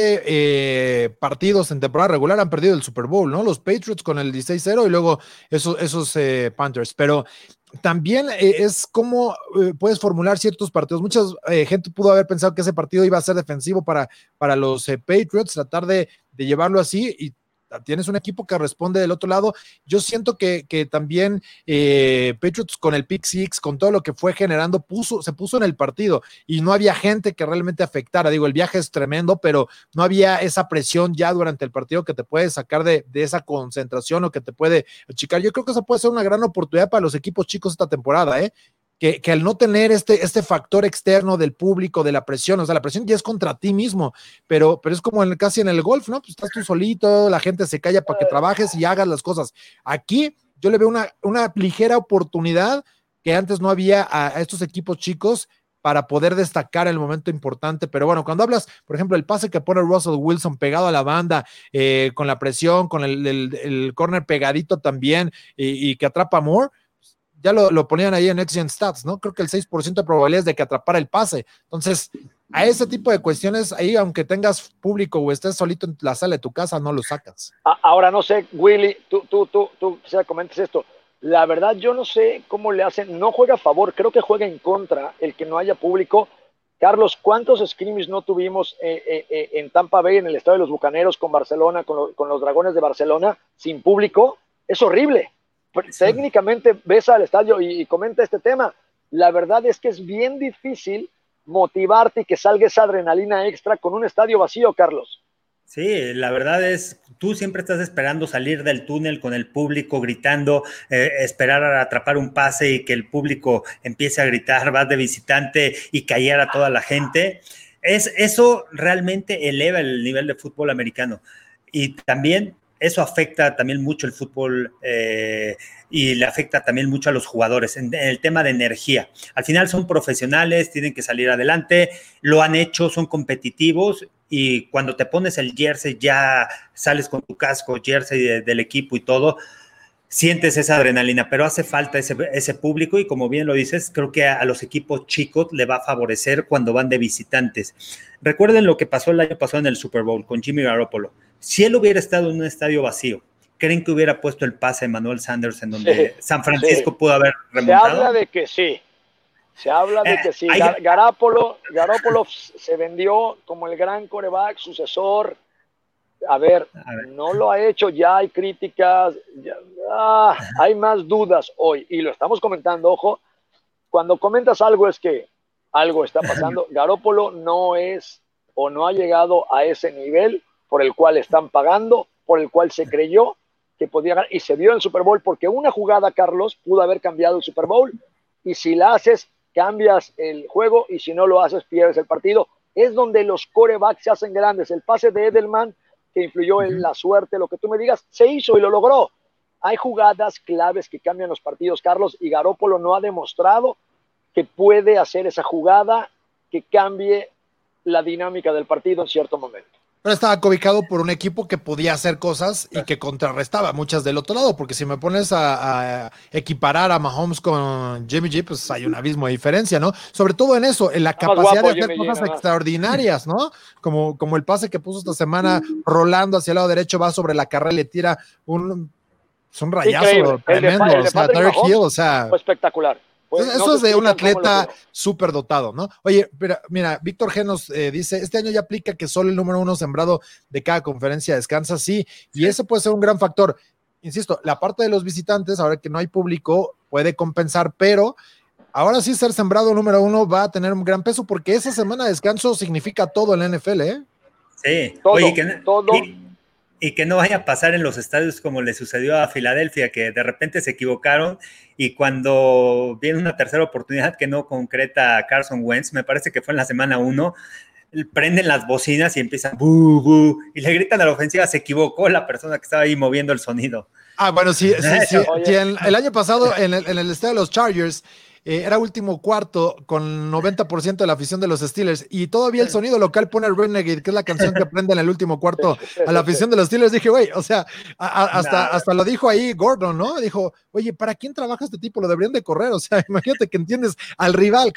15 partidos en temporada regular han perdido el Super Bowl, ¿no? Los Patriots con el 16-0 y luego esos Panthers, pero también es como puedes formular ciertos partidos. Mucha gente pudo haber pensado que ese partido iba a ser defensivo para los Patriots, tratar de llevarlo así, y tienes un equipo que responde del otro lado. Yo siento que también Patriots con el pick six, con todo lo que fue generando, se puso en el partido y no había gente que realmente afectara. Digo, el viaje es tremendo, pero no había esa presión ya durante el partido que te puede sacar de esa concentración o que te puede achicar. Yo creo que esa puede ser una gran oportunidad para los equipos chicos esta temporada, que al no tener este factor externo del público, de la presión, o sea, la presión ya es contra ti mismo, pero es como casi en el golf, ¿no? Pues estás tú solito, la gente se calla para que trabajes y hagas las cosas. Aquí yo le veo una ligera oportunidad que antes no había a estos equipos chicos para poder destacar el momento importante. Pero bueno, cuando hablas, por ejemplo, el pase que pone Russell Wilson pegado a la banda, con la presión, con el corner pegadito también, y que atrapa a Moore, ya lo ponían ahí en Next Gen Stats, ¿no? Creo que el 6% de probabilidades de que atrapara el pase. Entonces, a ese tipo de cuestiones, ahí, aunque tengas público o estés solito en la sala de tu casa, no lo sacas. Ahora, no sé, Willy, tú comentes esto. La verdad, yo no sé cómo le hacen. No juega a favor, creo que juega en contra el que no haya público. Carlos, ¿cuántos scrimmage no tuvimos en Tampa Bay, en el estadio de los Bucaneros, con Barcelona, con los Dragones de Barcelona, sin público? Es horrible. Sí. Técnicamente ves al estadio y comenta este tema. La verdad es que es bien difícil motivarte y que salga esa adrenalina extra con un estadio vacío, Carlos. Sí, la verdad es, tú siempre estás esperando salir del túnel con el público gritando, esperar a atrapar un pase y que el público empiece a gritar, vas de visitante y callar a toda la gente. Eso realmente eleva el nivel de fútbol americano. Y también eso afecta también mucho el fútbol y le afecta también mucho a los jugadores en el tema de energía. Al final son profesionales, tienen que salir adelante, lo han hecho, son competitivos y cuando te pones el jersey ya sales con tu casco, jersey del equipo y todo, sientes esa adrenalina, pero hace falta ese público y como bien lo dices, creo que a los equipos chicos le va a favorecer cuando van de visitantes. Recuerden lo que pasó el año pasado en el Super Bowl con Jimmy Garoppolo. Si él hubiera estado en un estadio vacío, ¿creen que hubiera puesto el pase a Emmanuel Sanders en donde San Francisco pudo haber remontado? Se habla de que sí. Garoppolo se vendió como el gran quarterback, sucesor. A ver, no lo ha hecho, ya hay críticas, hay más dudas hoy, y lo estamos comentando, ojo, cuando comentas algo es que algo está pasando. Garoppolo no es o no ha llegado a ese nivel por el cual están pagando, por el cual se creyó que podía ganar, y se vio en el Super Bowl, porque una jugada, Carlos, pudo haber cambiado el Super Bowl, y si la haces, cambias el juego, y si no lo haces, pierdes el partido. Es donde los quarterbacks se hacen grandes. El pase de Edelman, que influyó en la suerte, lo que tú me digas, se hizo y lo logró. Hay jugadas claves que cambian los partidos, Carlos, y Garoppolo no ha demostrado que puede hacer esa jugada que cambie la dinámica del partido en cierto momento. Pero estaba cobijado por un equipo que podía hacer cosas y que contrarrestaba muchas del otro lado, porque si me pones a equiparar a Mahomes con Jimmy G, pues hay un abismo de diferencia, ¿no? Sobre todo en eso, en la capacidad de hacer cosas extraordinarias, ¿no? Como el pase que puso esta semana, rolando hacia el lado derecho, va sobre la carrera y le tira un rayazo tremendo, o sea, Derek Hill, o sea, fue espectacular. Pues eso es de un atleta súper dotado, ¿no? Oye, pero mira, Víctor G nos dice, este año ya aplica que solo el número 1 sembrado de cada conferencia descansa, sí, y eso puede ser un gran factor. Insisto, la parte de los visitantes, ahora que no hay público, puede compensar, pero ahora sí ser sembrado número 1 va a tener un gran peso, porque esa semana de descanso significa todo en la NFL, ¿eh? Sí, todo, oye, todo. Y que no vaya a pasar en los estadios como le sucedió a Filadelfia, que de repente se equivocaron y cuando viene una tercera oportunidad que no concreta Carson Wentz, me parece que fue en la semana 1, prenden las bocinas y empiezan bú, bú, y le gritan a la ofensiva, se equivocó la persona que estaba ahí moviendo el sonido. Ah, bueno, sí, el año pasado en el estadio de los Chargers era último cuarto con 90% de la afición de los Steelers y todavía el sonido local pone Renegade, que es la canción que prende en el último cuarto a la afición de los Steelers. Dije, güey, o sea, hasta lo dijo ahí Gordon, ¿no? Dijo, oye, ¿para quién trabaja este tipo? Lo deberían de correr, o sea, imagínate que entiendes al rival.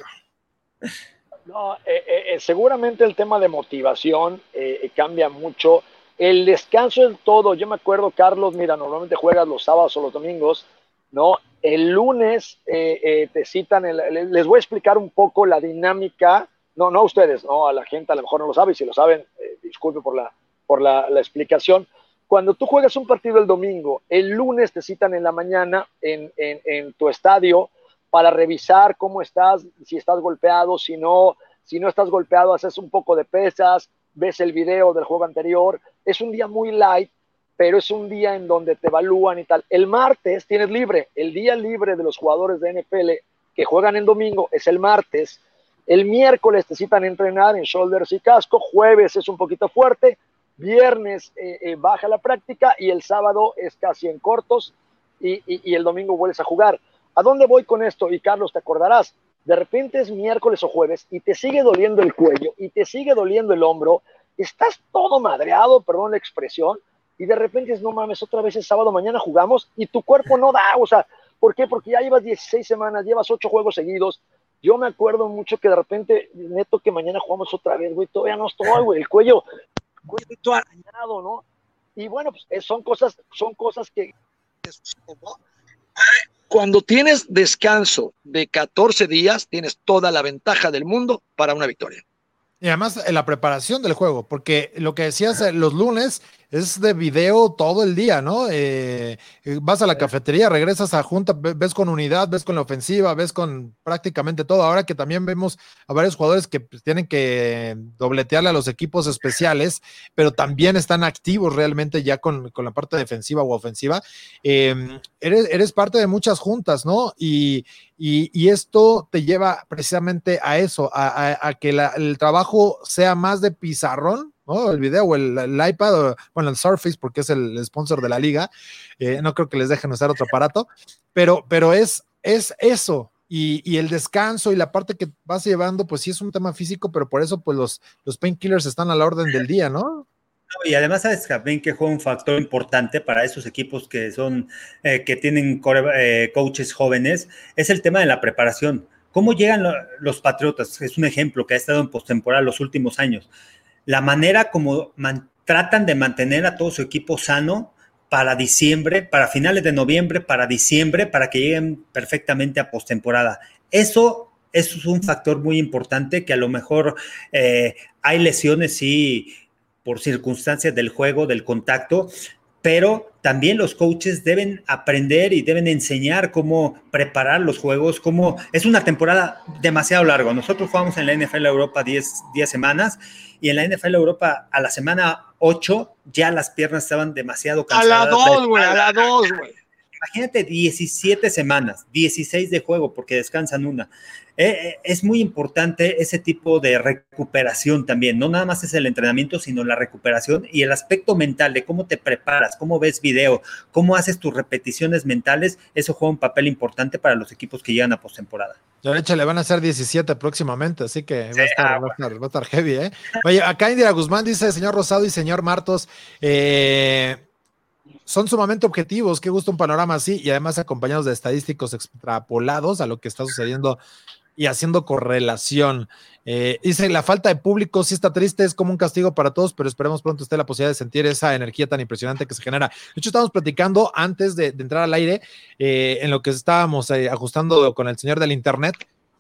No, seguramente el tema de motivación cambia mucho. El descanso es todo. Yo me acuerdo, Carlos, mira, normalmente juegas los sábados o los domingos, ¿no? El lunes te citan, les voy a explicar un poco la dinámica, no a ustedes, no a la gente, a lo mejor no lo sabe, y si lo saben, disculpe por la explicación. Cuando tú juegas un partido el domingo, el lunes te citan en la mañana en tu estadio para revisar cómo estás, si estás golpeado, si no estás golpeado, haces un poco de pesas, ves el video del juego anterior. Es un día muy light, pero es un día en donde te evalúan y tal. El martes tienes libre, el día libre de los jugadores de NFL que juegan en domingo es el martes. El miércoles te citan a entrenar en shoulders y casco, jueves es un poquito fuerte, viernes baja la práctica y el sábado es casi en cortos y el domingo vuelves a jugar. ¿A dónde voy con esto? Y Carlos, te acordarás, de repente es miércoles o jueves y te sigue doliendo el cuello y te sigue doliendo el hombro, estás todo madreado, perdón la expresión, y de repente es, no mames, otra vez es sábado, mañana jugamos, y tu cuerpo no da, o sea, ¿por qué? Porque ya llevas 16 semanas, llevas 8 juegos seguidos. Yo me acuerdo mucho que de repente, neto, que mañana jugamos otra vez, güey, todavía no estoy, güey, el cuello todo arañado, ¿no? Y bueno, pues son cosas que ¿no? Cuando tienes descanso de 14 días, tienes toda la ventaja del mundo para una victoria. Y además la preparación del juego, porque lo que decías los lunes es de video todo el día, ¿no? Vas a la cafetería, regresas a junta, ves con unidad, ves con la ofensiva, ves con prácticamente todo. Ahora que también vemos a varios jugadores que tienen que dobletearle a los equipos especiales, pero también están activos realmente ya con la parte defensiva o ofensiva. Eres parte de muchas juntas, ¿no? Y esto te lleva precisamente a eso, a que el trabajo sea más de pizarrón, ¿no? El video o el iPad, bueno, el Surface, porque es el sponsor de la liga. No creo que les dejen usar otro aparato, pero es eso. Y el descanso y la parte que vas llevando, pues sí es un tema físico, pero por eso pues los painkillers están a la orden del día, ¿no? Y además sabes también que juega un factor importante para esos equipos que son que tienen coaches jóvenes, es el tema de la preparación. ¿Cómo llegan los Patriotas? Es un ejemplo que ha estado en postemporada los últimos años. La manera como tratan de mantener a todo su equipo sano para diciembre, para finales de noviembre, para diciembre, para que lleguen perfectamente a postemporada. Eso es un factor muy importante que a lo mejor hay lesiones, sí, por circunstancias del juego, del contacto, pero también los coaches deben aprender y deben enseñar cómo preparar los juegos, cómo es una temporada demasiado larga. Nosotros jugamos en la NFL Europa 10 semanas y en la NFL Europa a la semana 8 ya las piernas estaban demasiado cansadas. A la 2, güey. Imagínate 17 semanas, 16 de juego porque descansan una. Es muy importante ese tipo de recuperación también. No nada más es el entrenamiento, sino la recuperación y el aspecto mental de cómo te preparas, cómo ves video, cómo haces tus repeticiones mentales. Eso juega un papel importante para los equipos que llegan a postemporada. De hecho, le van a hacer 17 próximamente, así que sí, va a estar heavy, ¿eh? Oye, acá Indira Guzmán dice, señor Rosado y señor Martos, son sumamente objetivos, qué gusto un panorama así, y además acompañados de estadísticos extrapolados a lo que está sucediendo y haciendo correlación. Dice, la falta de público sí está triste, es como un castigo para todos, pero esperemos pronto esté la posibilidad de sentir esa energía tan impresionante que se genera. De hecho, estábamos platicando antes de entrar al aire, en lo que estábamos ajustando con el señor del internet,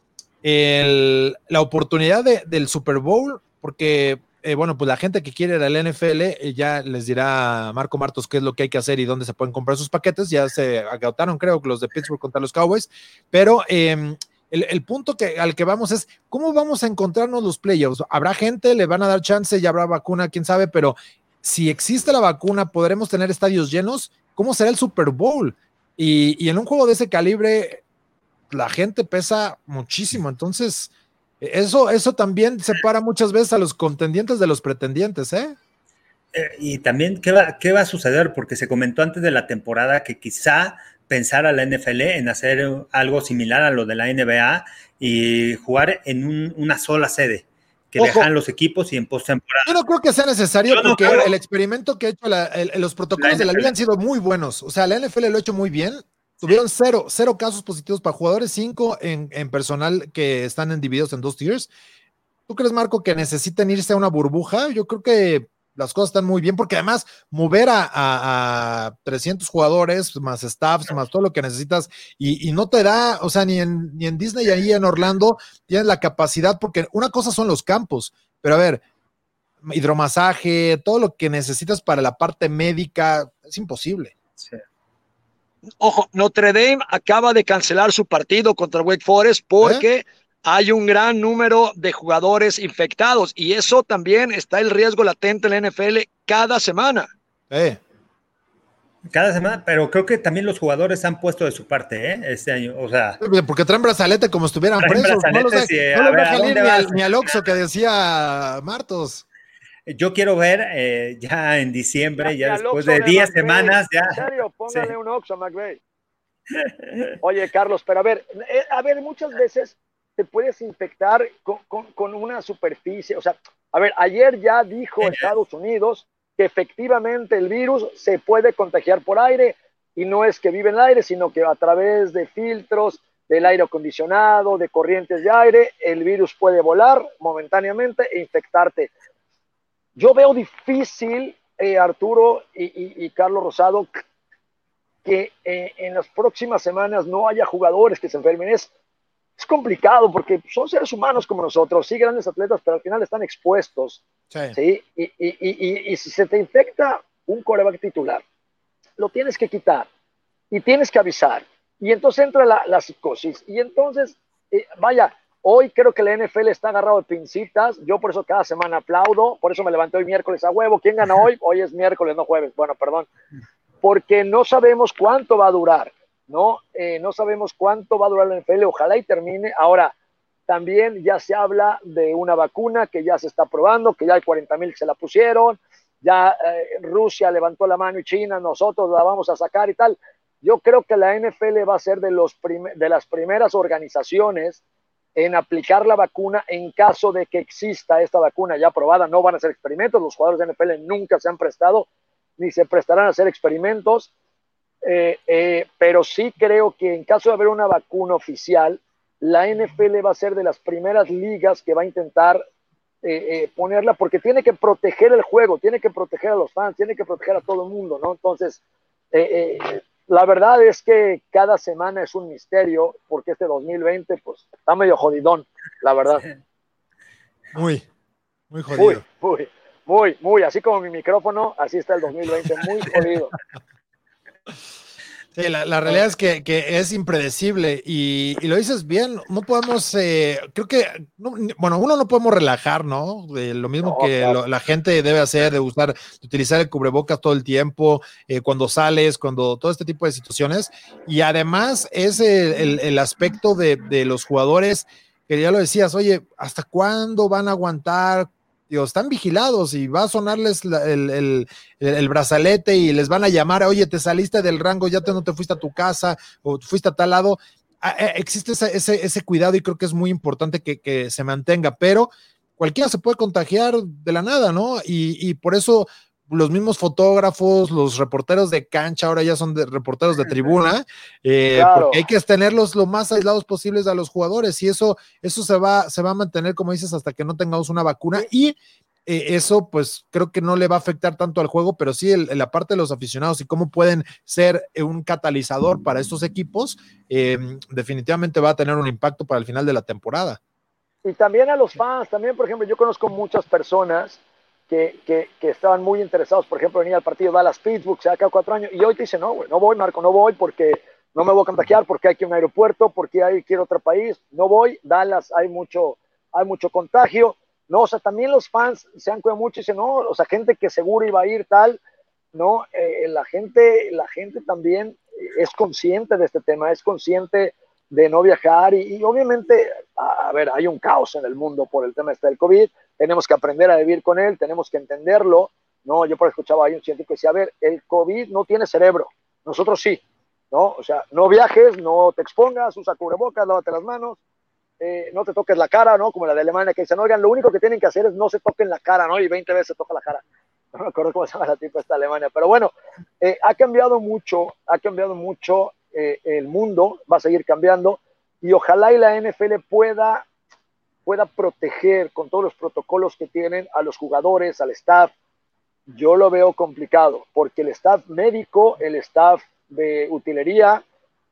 la oportunidad del Super Bowl, porque bueno, pues la gente que quiere ir al NFL ya les dirá Marco Martos qué es lo que hay que hacer y dónde se pueden comprar sus paquetes. Ya se agotaron, creo que los de Pittsburgh contra los Cowboys, pero el punto al que vamos es ¿cómo vamos a encontrarnos los playoffs? ¿Habrá gente? ¿Le van a dar chance? ¿Ya habrá vacuna? ¿Quién sabe? Pero si existe la vacuna, ¿podremos tener estadios llenos? ¿Cómo será el Super Bowl? Y en un juego de ese calibre la gente pesa muchísimo, entonces eso también separa muchas veces a los contendientes de los pretendientes, ¿eh? Y también, ¿qué va a suceder? Porque se comentó antes de la temporada que quizá pensara la NFL en hacer algo similar a lo de la NBA y jugar en una sola sede, que dejan los equipos y en postemporada. Yo no creo que sea necesario porque el experimento que ha hecho los protocolos de la liga han sido muy buenos. O sea, la NFL lo ha hecho muy bien. Tuvieron cero casos positivos para jugadores, 5 en personal que están divididos en 2 tiers. ¿Tú crees, Marco, que necesiten irse a una burbuja? Yo creo que las cosas están muy bien, porque además mover a 300 jugadores, más staffs, más todo lo que necesitas, y no te da, o sea, ni en Disney y ahí en Orlando tienes la capacidad, porque una cosa son los campos, pero a ver, hidromasaje, todo lo que necesitas para la parte médica, es imposible. Sí. Ojo, Notre Dame acaba de cancelar su partido contra Wake Forest porque hay un gran número de jugadores infectados y eso también está el riesgo latente en la NFL cada semana. Cada semana, pero creo que también los jugadores han puesto de su parte, este año, o sea. Porque traen brazalete como si estuvieran presos. No los dejan ni al Oxxo que decía Martos. Yo quiero ver ya en diciembre, ya después de 10 semanas. Ya. En serio, póngale un Oxxo a McVay. Oye, Carlos, pero a ver, muchas veces te puedes infectar con una superficie. O sea, a ver, ayer ya dijo Estados Unidos que efectivamente el virus se puede contagiar por aire y no es que vive en el aire, sino que a través de filtros, del aire acondicionado, de corrientes de aire, el virus puede volar momentáneamente e infectarte. Yo veo difícil, Arturo y Carlos Rosado, que en las próximas semanas no haya jugadores que se enfermen. Es complicado porque son seres humanos como nosotros, sí, grandes atletas, pero al final están expuestos. Sí. Y si se te infecta un quarterback titular, lo tienes que quitar y tienes que avisar. Y entonces entra la psicosis. Y entonces, hoy creo que la NFL está agarrado de pincitas. Yo por eso cada semana aplaudo. Por eso me levanté hoy miércoles a huevo. ¿Quién gana hoy? Hoy es miércoles, no jueves. Bueno, perdón. Porque no sabemos cuánto va a durar, ¿no? No sabemos cuánto va a durar la NFL. Ojalá y termine. Ahora, también ya se habla de una vacuna que ya se está probando, que ya hay 40,000 que se la pusieron, ya Rusia levantó la mano y China, nosotros la vamos a sacar y tal. Yo creo que la NFL va a ser de las primeras organizaciones en aplicar la vacuna en caso de que exista esta vacuna ya aprobada. No van a hacer experimentos, los jugadores de NFL nunca se han prestado, ni se prestarán a hacer experimentos, pero sí creo que en caso de haber una vacuna oficial, la NFL va a ser de las primeras ligas que va a intentar ponerla, porque tiene que proteger el juego, tiene que proteger a los fans, tiene que proteger a todo el mundo, ¿no? Entonces, la verdad es que cada semana es un misterio, porque este 2020, pues, está medio jodidón, la verdad. Muy jodido. Muy, así como mi micrófono, así está el 2020, muy jodido. Sí, la realidad es que es impredecible y lo dices bien, no podemos, creo que, uno no podemos relajar, ¿no? Lo mismo que claro. La gente debe hacer, de utilizar el cubrebocas todo el tiempo, cuando sales, cuando todo este tipo de situaciones, y además es el aspecto de los jugadores, que ya lo decías, oye, ¿hasta cuándo van a aguantar? Digo, están vigilados y va a sonarles el brazalete y les van a llamar, oye, te saliste del rango, ya no te fuiste a tu casa o fuiste a tal lado. Existe ese cuidado y creo que es muy importante que se mantenga, pero cualquiera se puede contagiar de la nada, ¿no? Y por eso los mismos fotógrafos, los reporteros de cancha ahora ya son reporteros de tribuna, claro. Porque hay que tenerlos lo más aislados posibles a los jugadores y eso se va a mantener, como dices, hasta que no tengamos una vacuna y eso pues creo que no le va a afectar tanto al juego, pero sí la parte de los aficionados y cómo pueden ser un catalizador para estos equipos, definitivamente va a tener un impacto para el final de la temporada. Y también a los fans, también por ejemplo, yo conozco muchas personas que estaban muy interesados, por ejemplo, venir al partido Dallas-Pittsburgh, se acá 4 años, y hoy te dicen, no, güey, no voy, Marco, no voy porque no me voy a contagiar, porque hay que ir a un aeropuerto, porque hay que ir a otro país, no voy, Dallas hay mucho contagio, no, o sea, también los fans se han cuidado mucho y dicen, no, o sea, gente que seguro iba a ir tal, no, la gente también es consciente de este tema, es consciente de no viajar y obviamente, a ver, hay un caos en el mundo por el tema del COVID, tenemos que aprender a vivir con él, tenemos que entenderlo, ¿no? Yo por escuchaba ahí un científico que decía, a ver, el COVID no tiene cerebro, nosotros sí, ¿no? O sea, no viajes, no te expongas, usa cubrebocas, lávate las manos, no te toques la cara, ¿no? Como la de Alemania que dicen, oigan, lo único que tienen que hacer es no se toquen la cara, ¿no? Y 20 veces se toca la cara. No me acuerdo cómo se llama la tipa esta Alemania, pero bueno, ha cambiado mucho el mundo, va a seguir cambiando y ojalá y la NFL pueda proteger con todos los protocolos que tienen a los jugadores, al staff. Yo lo veo complicado, porque el staff médico, el staff de utilería,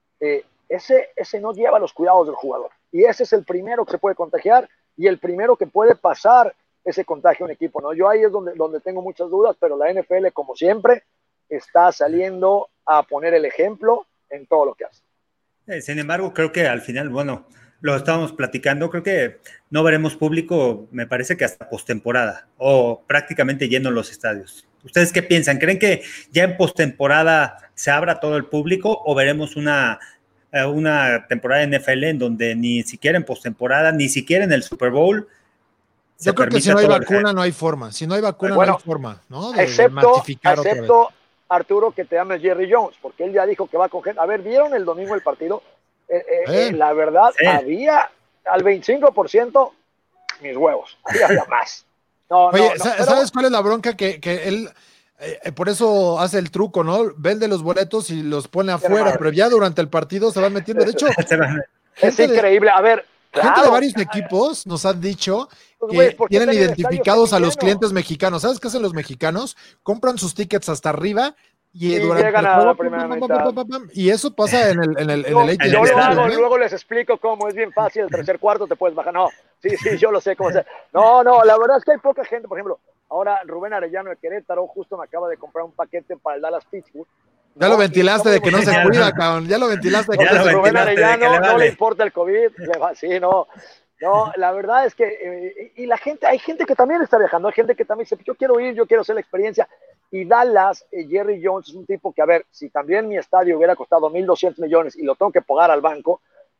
ese no lleva los cuidados del jugador. Y ese es el primero que se puede contagiar y el primero que puede pasar ese contagio a un equipo, ¿no? Yo ahí es donde tengo muchas dudas, pero la NFL, como siempre, está saliendo a poner el ejemplo en todo lo que hace. Sin embargo, creo que al final, bueno, lo estábamos platicando, creo que no veremos público, me parece que hasta postemporada o prácticamente lleno los estadios. ¿Ustedes qué piensan? ¿Creen que ya en postemporada se abra todo el público o veremos una temporada de NFL en donde ni siquiera en postemporada, ni siquiera en el Super Bowl? Yo creo que si no hay vacuna no hay forma. Si no hay vacuna no hay forma, ¿no? Excepto Arturo, que te llames Jerry Jones, porque él ya dijo que va a coger. A ver, ¿vieron el domingo el partido? La verdad, había al 25% mis huevos, había más. Oye, ¿sabes cuál es la bronca? Que él, por eso hace el truco, ¿no? Vende los boletos y los pone afuera, pero ya durante el partido se van metiendo. De hecho, es increíble. A ver, gente de varios equipos nos han dicho que tienen identificados a los clientes mexicanos. ¿Sabes qué hacen los mexicanos? Compran sus tickets hasta arriba y durante llegan a la primera mitad. Y eso pasa en el yo lo hago, luego les explico cómo, es bien fácil, el tercer cuarto te puedes bajar. No, sí, yo lo sé cómo hacer. No, la verdad es que hay poca gente, por ejemplo, ahora Rubén Arellano de Querétaro justo me acaba de comprar un paquete para el Dallas Pittsburgh. Ya lo ventilaste de que no se cuida, cabrón. Ya lo ventilaste de que no se cuida. Rubén Arellano no le importa el COVID. Sí, no, la verdad es que, y la gente, hay gente que también está viajando, hay gente que también dice, yo quiero ir, yo quiero hacer la experiencia. Y Dallas, Jerry Jones es un tipo que, a ver, si también mi estadio hubiera costado 1,200 millones y lo tengo que pagar al banco,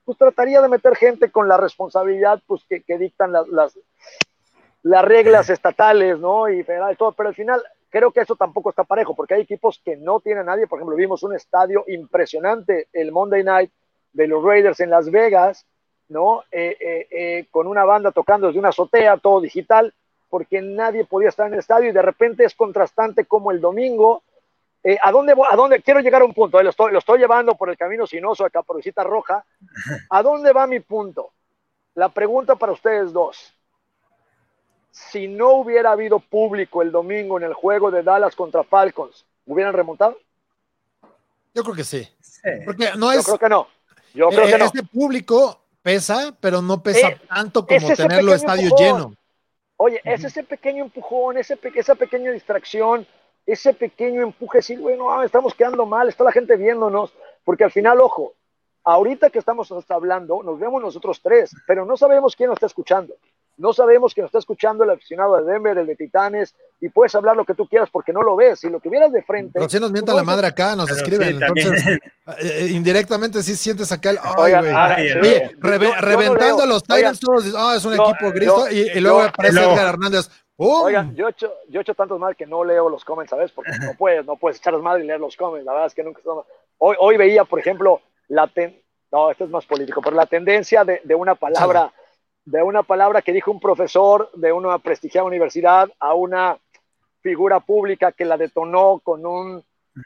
pues trataría de meter gente con la responsabilidad pues que dictan las reglas estatales, ¿no? Y federales, todo, pero al final creo que eso tampoco está parejo, porque hay equipos que no tienen a nadie. Por ejemplo, vimos un estadio impresionante el Monday Night de los Raiders en Las Vegas, ¿no? Con una banda tocando desde una azotea, todo digital, porque nadie podía estar en el estadio, y de repente es contrastante como el domingo. ¿A dónde? Quiero llegar a un punto, lo estoy llevando por el camino sinuoso de Caperucita Roja. ¿A dónde va mi punto? La pregunta para ustedes dos: si no hubiera habido público el domingo en el juego de Dallas contra Falcons, ¿hubieran remontado? Yo creo que sí. Sí. Porque no es... Yo creo que no. Yo creo que no. Este público pesa, pero no pesa tanto como es tenerlo estadio lleno. Oye, es ese pequeño empujón, esa pequeña distracción, ese pequeño empuje, decir, bueno, estamos quedando mal, está la gente viéndonos, porque al final, ojo, ahorita que estamos hablando, nos vemos nosotros tres, pero no sabemos quién nos está escuchando. No sabemos que nos está escuchando el aficionado de Denver, el de Titanes, y puedes hablar lo que tú quieras porque no lo ves. Si lo tuvieras de frente... Pero si nos mienta la madre acá, nos escriben. Sí, entonces, indirectamente sí sientes acá el... Oye, reventando a los Titans, todos dicen, es un equipo gris, y luego aparece Edgar Hernández. Oigan, yo he hecho tantos mal que no leo los comments, ¿sabes? Porque no puedes echarlos mal y leer los comments. La verdad es que nunca... Hoy veía, por ejemplo, esto es más político, pero la tendencia de una palabra... Sí. De una palabra que dijo un profesor de una prestigiada universidad a una figura pública que la detonó con un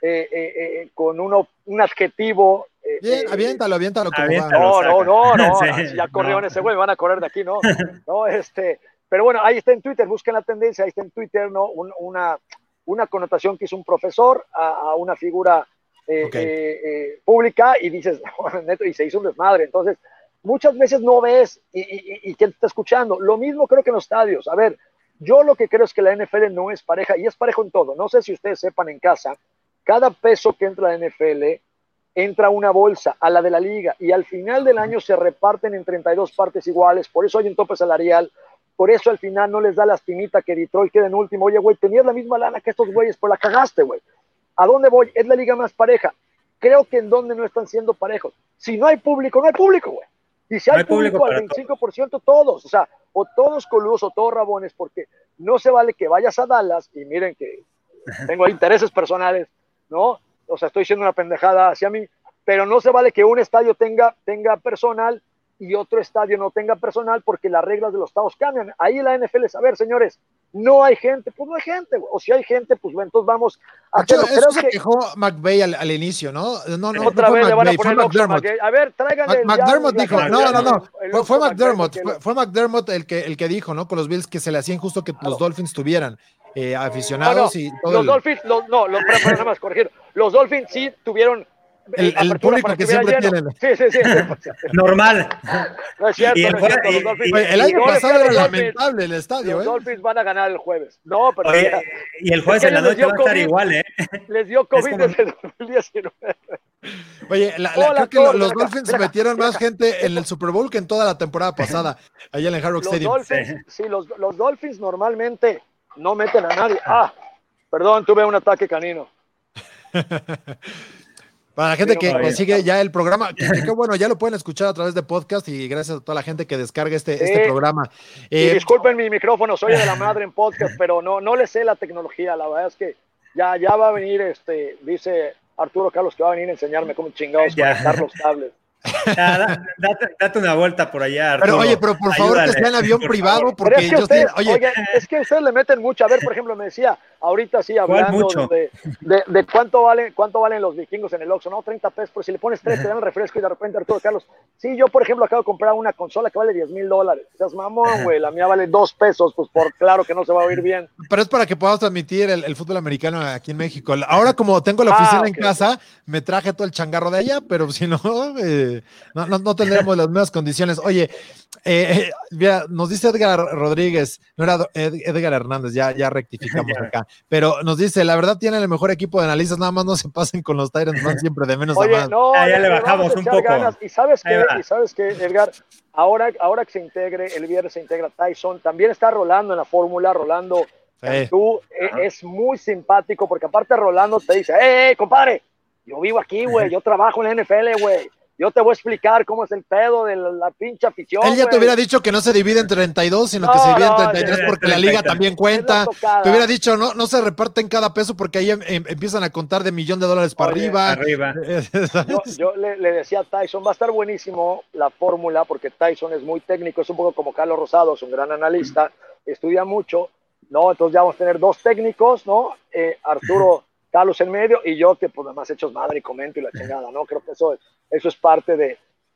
adjetivo. Bien, aviéntalo. No, sí, ya corrieron ese güey, van a correr de aquí, ¿no? Pero bueno, ahí está en Twitter, busquen la tendencia, ahí está en Twitter, ¿no? Una connotación que hizo un profesor a una figura pública, y dices, neto, y se hizo un desmadre. Entonces, muchas veces no ves y quién te está escuchando. Lo mismo creo que en los estadios. A ver, yo lo que creo es que la NFL no es pareja, y es parejo en todo. No sé si ustedes sepan en casa, cada peso que entra a la NFL entra una bolsa a la de la liga, y al final del año se reparten en 32 partes iguales. Por eso hay un tope salarial, por eso al final no les da lastimita que Detroit quede en último. Oye, güey, tenías la misma lana que estos güeyes, pero la cagaste, güey. ¿A dónde voy? Es la liga más pareja. Creo que en donde no están siendo parejos. Si no hay público, no hay público, güey. Y si hay público al 25%, todos, o sea, o todos coludos o todos rabones, porque no se vale que vayas a Dallas, y miren que tengo intereses personales, ¿no? O sea, estoy diciendo una pendejada hacia mí, pero no se vale que un estadio tenga personal y otro estadio no tenga personal, porque las reglas de los estados cambian. Ahí la NFL es, a ver, señores, no hay gente, pues no hay gente, o si hay gente, pues entonces vamos a hacerlo. Eso se quejó McVay al inicio, ¿no? No otra vez le van a poner McDermott. A ver, tráiganle. McDermott dijo, fue McDermott el que dijo, ¿no? Con los Bills, que se le hacía injusto que los Dolphins tuvieran aficionados y todo. Los Dolphins, pero nada más corregir, los Dolphins sí tuvieron el público que siempre tienen. Sí. Normal. No es cierto, el año pasado era lamentable el estadio. Los Dolphins van a ganar el jueves. No, pero y el jueves en la noche va a estar igual, ¿eh? Les dio COVID desde el 2019. Oye, creo que los Dolphins metieron más gente en el Super Bowl que en toda la temporada pasada, allá en el Hard Rock Stadium. Los Dolphins normalmente no meten a nadie. Perdón, tuve un ataque canino. Para la gente que sigue ya el programa, que bueno, ya lo pueden escuchar a través de podcast, y gracias a toda la gente que descarga este programa. Y disculpen mi micrófono, soy de la madre en podcast, pero no le sé la tecnología. La verdad es que ya va a venir, dice Arturo Carlos que va a venir a enseñarme cómo chingados conectar los cables. Date una vuelta por allá, Arturo. Pero por favor, ayúdale, que sea en avión privado, porque es que es que ustedes le meten mucho. A ver, por ejemplo, me decía ahorita sí, hablando de cuánto valen los vikingos en el Oxxo, ¿no? 30 pesos, pero si le pones 3 te dan el refresco, y de repente Arturo Carlos, sí, yo por ejemplo acabo de comprar una consola que vale $10,000. Estás mamón, güey, la mía vale 2 pesos, pues claro que no se va a oír bien. Pero es para que podamos transmitir el fútbol americano aquí en México. Ahora, como tengo la oficina en casa, me traje todo el changarro de allá, pero si no, no tendremos las mismas condiciones. Oye, mira, nos dice Edgar Rodríguez, no era Edgar Hernández, ya rectificamos acá, pero nos dice, la verdad tienen el mejor equipo de analistas, nada más no se pasen con los Tyrants, van siempre de menos a más. Ya le bajamos un poco. ¿Y sabes qué, Edgar? Ahora que se integre, el viernes se integra Tyson, también está Rolando en la fórmula. Rolando Cantú es muy simpático, porque aparte Rolando te dice, compadre, yo vivo aquí, güey, yo trabajo en la NFL, güey. yo te voy a explicar cómo es el pedo de la pinche afición. Él ya te güey. hubiera dicho que no se divide en 32, sino que se divide en 33 porque la liga también cuenta. Te hubiera dicho, no se reparten cada peso porque ahí empiezan a contar de $1,000,000 para arriba. Yo le decía a Tyson, va a estar buenísimo la fórmula porque Tyson es muy técnico, es un poco como Carlos Rosado, es un gran analista, estudia mucho, ¿no? Entonces ya vamos a tener 2 técnicos, ¿no? Arturo, Carlos en medio y yo que pues además hechos madre y comento y la chingada, ¿no? Creo que eso es parte del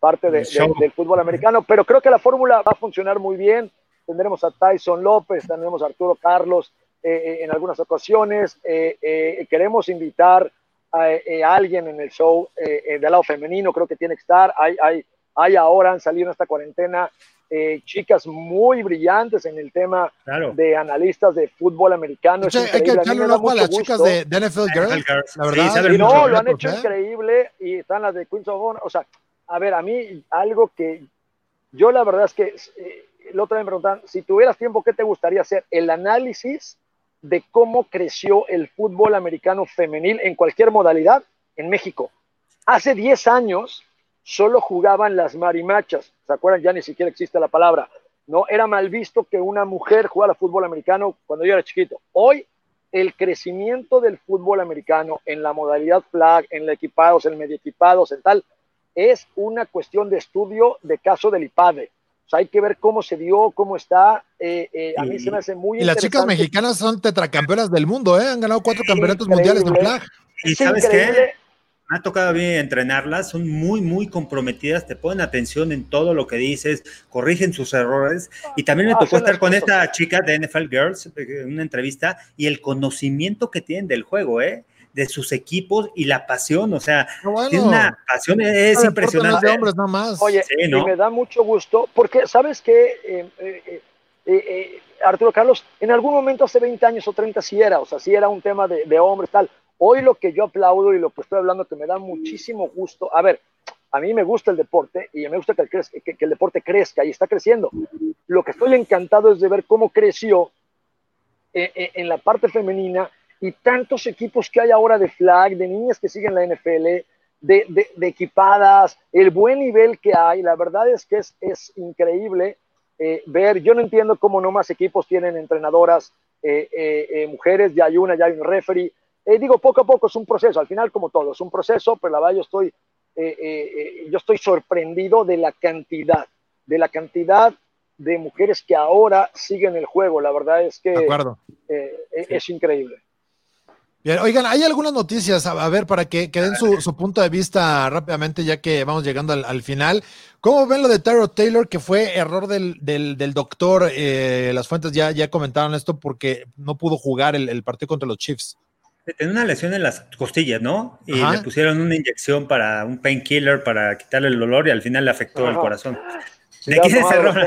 fútbol americano, pero creo que la fórmula va a funcionar muy bien. Tendremos a Tyson López, tendremos a Arturo Carlos en algunas ocasiones. Queremos invitar a alguien en el show del lado femenino, creo que tiene que estar. Hay ahora, han salido en esta cuarentena chicas muy brillantes en el tema de analistas de fútbol americano. Hay que echarle un ojo a las chicas de NFL Girls, la verdad. Sí, no, lo han hecho increíble y están las de Queens of Honor. O sea, a ver, a mí algo que yo la verdad es que el otro día me preguntaban, si tuvieras tiempo, ¿qué te gustaría hacer? El análisis de cómo creció el fútbol americano femenil en cualquier modalidad en México. Hace 10 años solo jugaban las marimachas, ¿se acuerdan? Ya ni siquiera existe la palabra, ¿no? Era mal visto que una mujer jugara fútbol americano cuando yo era chiquito. Hoy, el crecimiento del fútbol americano en la modalidad flag, en la equipados, en medio equipados, en tal, es una cuestión de estudio de caso del IPADE. O sea, hay que ver cómo se dio, cómo está. A mí se me hace muy interesante. Y las chicas mexicanas son tetracampeonas del mundo, ¿eh? Han ganado 4 campeonatos mundiales en flag. ¿Y sabes qué? Me ha tocado bien entrenarlas, son muy, muy comprometidas, te ponen atención en todo lo que dices, corrigen sus errores, y también me tocó estar con esta chica de NFL Girls en una entrevista, y el conocimiento que tienen del juego, de sus equipos y la pasión, o sea, tiene una pasión, es impresionante. De hombres, no más. Oye, sí, ¿no? Y me da mucho gusto, porque, ¿sabes qué? Arturo Carlos, en algún momento hace 20 años o 30 sí era un tema de hombres, tal. Hoy lo que yo aplaudo y lo que estoy hablando que me da muchísimo gusto, a ver, a mí me gusta el deporte y me gusta que el deporte crezca y está creciendo. Lo que estoy encantado es de ver cómo creció en la parte femenina y tantos equipos que hay ahora de flag, de niñas que siguen la NFL, de equipadas, el buen nivel que hay, la verdad es que es increíble ver. Yo no entiendo cómo no más equipos tienen entrenadoras mujeres, ya hay un referee. Digo, poco a poco es un proceso, al final como todo, es un proceso, pero la verdad yo estoy sorprendido de la cantidad de mujeres que ahora siguen el juego, la verdad es que es increíble. Bien, oigan, hay algunas noticias, a ver, para que den su punto de vista rápidamente, ya que vamos llegando al final. ¿Cómo ven lo de Tyrod Taylor, que fue error del doctor? Las fuentes ya comentaron esto porque no pudo jugar el partido contra los Chiefs. Tenía una lesión en las costillas, ¿no? Y le pusieron una inyección para un painkiller para quitarle el dolor y al final le afectó el corazón. ¿De quién es error?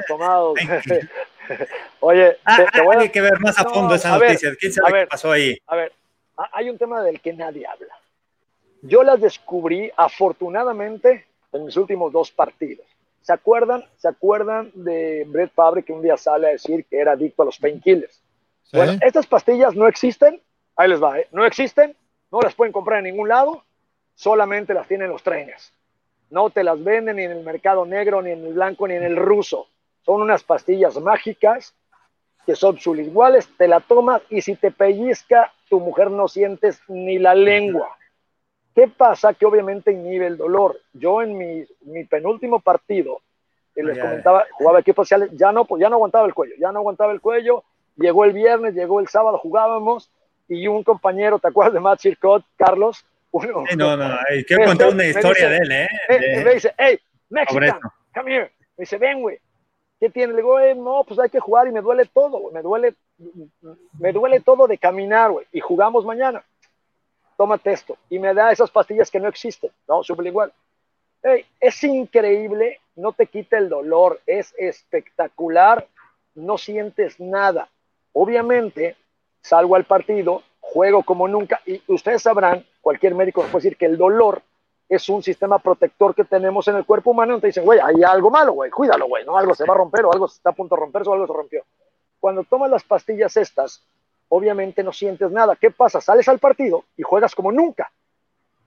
Oye, hay que ver más a fondo esa noticia. ¿Quién sabe qué pasó ahí? A ver, hay un tema del que nadie habla. Yo las descubrí, afortunadamente, en mis últimos 2 partidos. ¿Se acuerdan de Brett Favre que un día sale a decir que era adicto a los painkillers? ¿Sí? Bueno, estas pastillas no existen. Ahí les va, no existen, no las pueden comprar en ningún lado, solamente las tienen los trenes. No te las venden ni en el mercado negro, ni en el blanco, ni en el ruso. Son unas pastillas mágicas que son sublinguales, te la tomas y si te pellizca, tu mujer no sientes ni la lengua. ¿Qué pasa? Que obviamente inhibe el dolor. Yo en mi penúltimo partido, les comentaba, jugaba equipos sociales, ya no aguantaba el cuello, llegó el viernes, llegó el sábado, jugábamos, y un compañero, ¿te acuerdas de Matt Circot, Carlos? Quiero contar una historia de él, Me dice, hey, Mexican, come here. Me dice, ven, güey, ¿qué tiene? Le digo, no, pues hay que jugar y me duele todo, güey, me duele todo de caminar, güey, y jugamos mañana. Tómate esto. Y me da esas pastillas que no existen, ¿no? Sublingual. Hey, es increíble, no te quita el dolor, es espectacular, no sientes nada. Obviamente, salgo al partido, juego como nunca, y ustedes sabrán, cualquier médico nos puede decir que el dolor es un sistema protector que tenemos en el cuerpo humano, entonces dicen, güey, hay algo malo, güey, cuídalo, güey, ¿no? Algo se va a romper, o algo se está a punto de romperse, o algo se rompió. Cuando tomas las pastillas estas, obviamente no sientes nada. ¿Qué pasa? Sales al partido y juegas como nunca.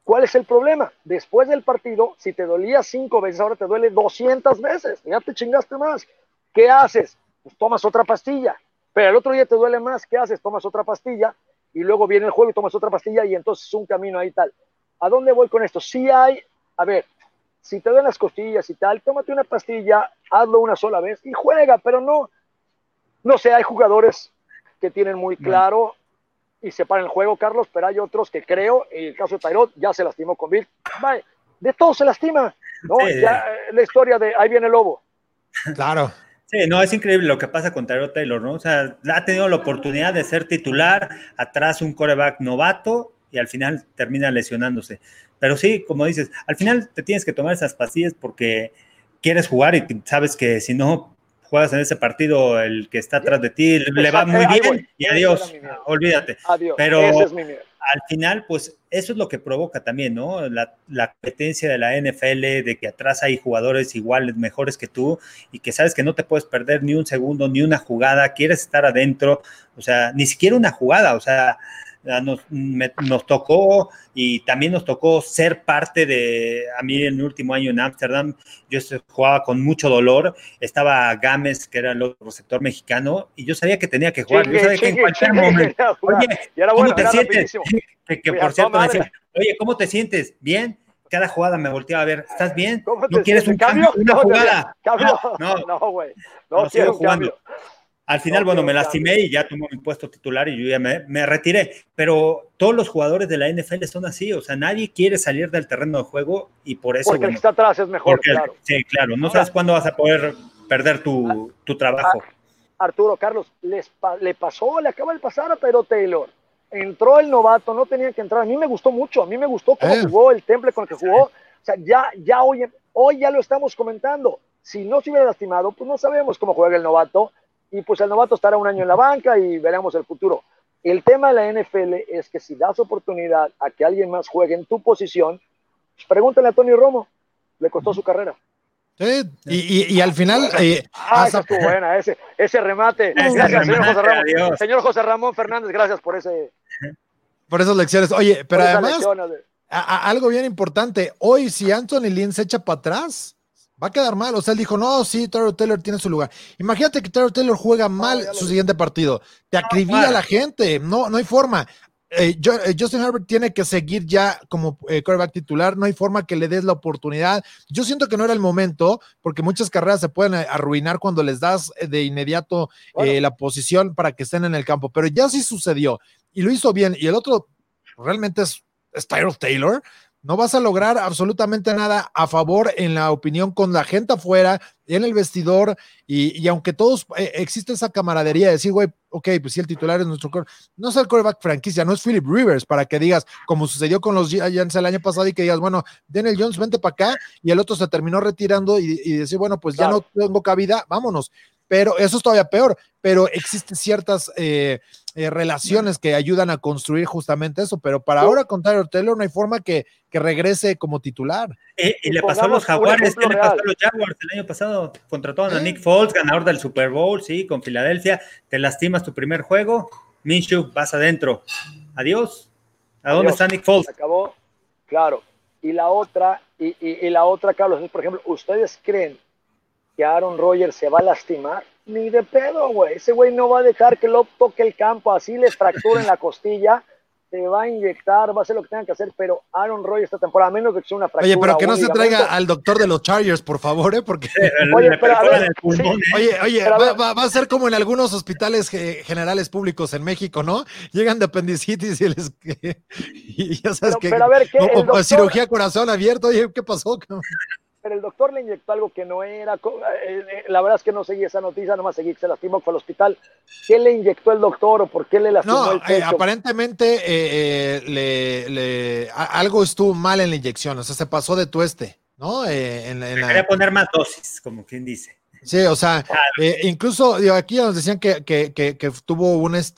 ¿Cuál es el problema? Después del partido, si te dolía 5 veces, ahora te duele 200 veces. Ya te chingaste más. ¿Qué haces? Pues tomas otra pastilla. Pero el otro día te duele más. ¿Qué haces? Tomas otra pastilla y luego viene el juego y tomas otra pastilla y entonces es un camino ahí tal. ¿A dónde voy con esto? Si hay, a ver, si te duelen las costillas y tal, tómate una pastilla, hazlo una sola vez y juega, pero no sé, hay jugadores que tienen muy claro y se paran el juego, Carlos, pero hay otros que creo, en el caso de Tyrod, ya se lastimó con Bill, de todo se lastima, ¿no? Sí. Ya, la historia de ahí viene el lobo. Claro. Sí, no, es increíble lo que pasa con Tyrod Taylor, ¿no? O sea, ha tenido la oportunidad de ser titular, atrás un quarterback novato y al final termina lesionándose. Pero sí, como dices, al final te tienes que tomar esas pastillas porque quieres jugar y sabes que si no juegas en ese partido, el que está atrás de ti le va muy bien y adiós, olvídate. Adiós, pero ese es mi miedo. Al final, pues eso es lo que provoca también, ¿no? La competencia de la NFL, de que atrás hay jugadores iguales, mejores que tú, y que sabes que no te puedes perder ni un segundo, ni una jugada, quieres estar adentro, o sea, ni siquiera una jugada, o sea, nos tocó y también nos tocó ser parte de, a mí en mi último año en Ámsterdam, yo jugaba con mucho dolor, estaba Gámez, que era el otro receptor mexicano, y yo sabía que tenía que jugar, yo sabía que en cualquier momento, oye, ¿cómo te sientes? Que por cierto me decía, oye, ¿cómo te sientes? ¿Bien? Cada jugada me volteaba a ver, ¿estás bien? ¿No quieres un cambio? ¿Una jugada? No, güey, no quiero un cambio. Al final, bueno, me lastimé y ya tomó mi puesto titular y yo ya me retiré. Pero todos los jugadores de la NFL son así, o sea, nadie quiere salir del terreno de juego y por eso... Porque el que está atrás es mejor, claro. Sí, claro, no sabes cuándo vas a poder perder tu trabajo. Arturo, Carlos, le acaba de pasar a Tyrod Taylor. Entró el novato, no tenía que entrar. A mí me gustó mucho, cómo jugó, el temple con el que jugó. O sea, ya hoy ya lo estamos comentando. Si no se hubiera lastimado, pues no sabemos cómo juega el novato. Y pues el novato estará un año en la banca y veremos el futuro. El tema de la NFL es que si das oportunidad a que alguien más juegue en tu posición, pues pregúntale a Tony Romo, le costó su carrera. Sí, y al final... esa estuvo buena, ese remate. Gracias, señor José Ramón. Adiós. Señor José Ramón Fernández, gracias por esas lecciones. Oye, pero además, algo bien importante, hoy si Anthony Lynn se echa para atrás, va a quedar mal. O sea, él dijo, no, sí, Tyrod Taylor tiene su lugar. Imagínate que Tyrod Taylor juega mal su siguiente partido. Te acribilla a la gente. No hay forma. Justin Herbert tiene que seguir ya como quarterback titular. No hay forma que le des la oportunidad. Yo siento que no era el momento, porque muchas carreras se pueden arruinar cuando les das de inmediato la posición para que estén en el campo. Pero ya sí sucedió. Y lo hizo bien. Y el otro realmente es Tyrod Taylor. No vas a lograr absolutamente nada a favor, en la opinión, con la gente afuera, en el vestidor, y aunque todos existe esa camaradería de decir, güey, ok, pues si el titular es nuestro quarterback, no es el quarterback franquicia, no es Philip Rivers, para que digas, como sucedió con los Giants el año pasado, y que digas, bueno, Daniel Jones, vente para acá, y el otro se terminó retirando y decir, bueno, pues ya no tengo cabida, vámonos. Pero eso es todavía peor, pero existen ciertas relaciones que ayudan a construir justamente eso, pero para ahora con Tyrod Taylor no hay forma que regrese como titular. Y le pasó a los Jaguares, ¿qué le pasó a los Jaguars el año pasado? Contrataron a Nick Foles, ganador del Super Bowl, sí, con Filadelfia, te lastimas tu primer juego, Minshew, vas adentro, adiós. ¿A dónde está Nick Foles? Se acabó, claro. Y la otra, Carlos, es, por ejemplo, ¿ustedes creen que Aaron Rodgers se va a lastimar? Ni de pedo, güey. Ese güey no va a dejar que lo toque el campo, así le fracturen la costilla, se va a inyectar, va a hacer lo que tengan que hacer, pero Aaron Rodgers esta temporada, a menos de que sea una fractura. Oye, pero que no se traiga al doctor de los Chargers, por favor, porque... Oye, pero a ver, oye, va a ser como en algunos hospitales generales públicos en México, ¿no? Llegan de apendicitis y ya sabes pero a ver, ¿qué? O cirugía corazón abierto, oye, ¿qué pasó? Pero el doctor le inyectó algo que no era, la verdad es que no seguí esa noticia, nomás seguí que se lastimó, fue al hospital. ¿Qué le inyectó el doctor o por qué le lastimó el pecho? Aparentemente algo estuvo mal en la inyección, o sea, se pasó de tueste, ¿no? Quería poner más dosis, como quien dice. Sí, o sea, incluso aquí nos decían que tuvo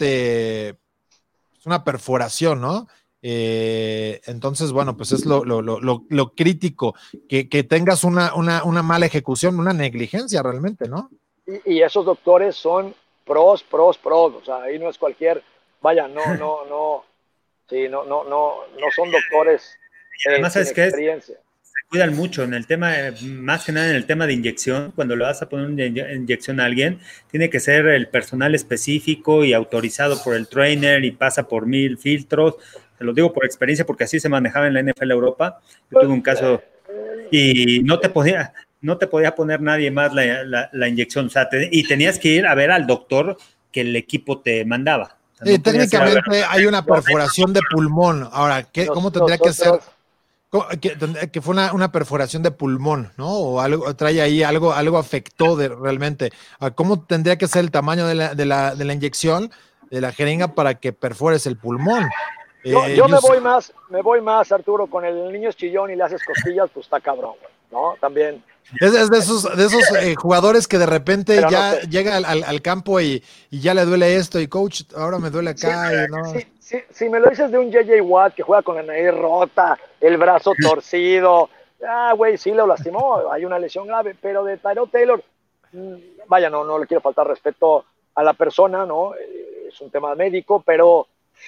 una perforación, ¿no? Entonces, bueno, pues es lo crítico, que tengas una mala ejecución, una negligencia realmente, ¿no? Y esos doctores son pros, o sea, ahí no es cualquier, vaya, no son doctores Además, ¿sabes qué es? experiencia. Se cuidan mucho en el tema, más que nada en el tema de inyección. Cuando le vas a poner una inyección a alguien, tiene que ser el personal específico y autorizado por el trainer y pasa por 1000 filtros. Te lo digo por experiencia porque así se manejaba en la NFL Europa. Yo tuve un caso y no te podía poner nadie más la inyección. O sea, y tenías que ir a ver al doctor que el equipo te mandaba. O sea, no técnicamente hay una perforación de pulmón. Ahora, ¿cómo tendría que ser? Que fue una perforación de pulmón, ¿no? O algo, trae ahí algo afectó realmente. ¿Cómo tendría que ser el tamaño de la inyección, de la jeringa, para que perfores el pulmón? Yo me voy más, Arturo, con el niño es chillón y le haces cosquillas, pues está cabrón, ¿no? También. Es de esos jugadores que de repente pero ya llega al campo y ya le duele esto, y coach, ahora me duele acá. Si me lo dices de un J.J. Watt que juega con la nariz rota, el brazo torcido, güey, sí lo lastimó, hay una lesión grave, pero de Tyrod Taylor, vaya, no le quiero faltar respeto a la persona, ¿no? Es un tema médico, pero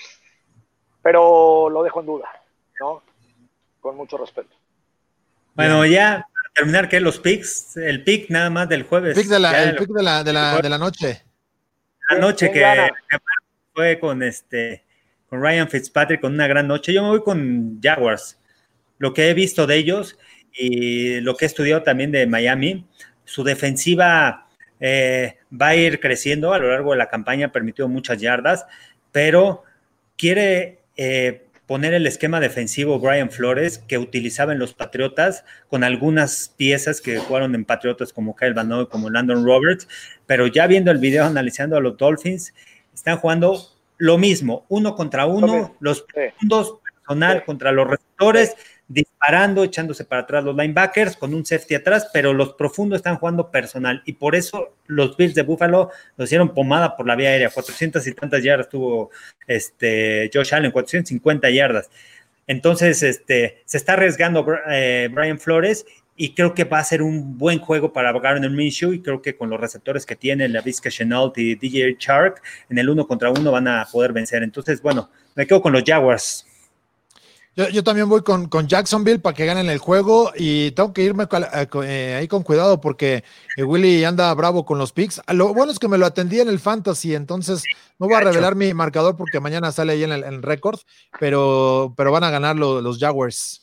lo dejo en duda, ¿no? Con mucho respeto. Bueno, ya para terminar, ¿qué? Los picks, el pick nada más del jueves. El pick de la noche. La noche que fue con Ryan Fitzpatrick, con una gran noche. Yo me voy con Jaguars. Lo que he visto de ellos y lo que he estudiado también de Miami, su defensiva va a ir creciendo a lo largo de la campaña, permitió muchas yardas, pero quiere poner el esquema defensivo Brian Flores que utilizaba en los Patriotas, con algunas piezas que jugaron en Patriotas como Kyle Van Noy, como Landon Roberts, pero ya viendo el video, analizando a los Dolphins, están jugando lo mismo, 1 contra 1, los profundos personal contra los receptores, disparando, echándose para atrás los linebackers, con un safety atrás, pero los profundos están jugando personal, y por eso los Bills de Buffalo los hicieron pomada por la vía aérea. 400 y tantas yardas tuvo Josh Allen, 450 yardas. Entonces, se está arriesgando Brian Flores, y creo que va a ser un buen juego para Gardner Minshew, y creo que con los receptores que tiene, Laviska Shenault y DJ Chark, en el 1 contra 1 van a poder vencer. Entonces, bueno, me quedo con los Jaguars. Yo también voy con Jacksonville para que ganen el juego, y tengo que irme ahí con cuidado porque Willy anda bravo con los picks. Lo bueno es que me lo atendí en el Fantasy, entonces no voy a revelar mi marcador porque mañana sale ahí en el récord, pero van a ganar los Jaguars.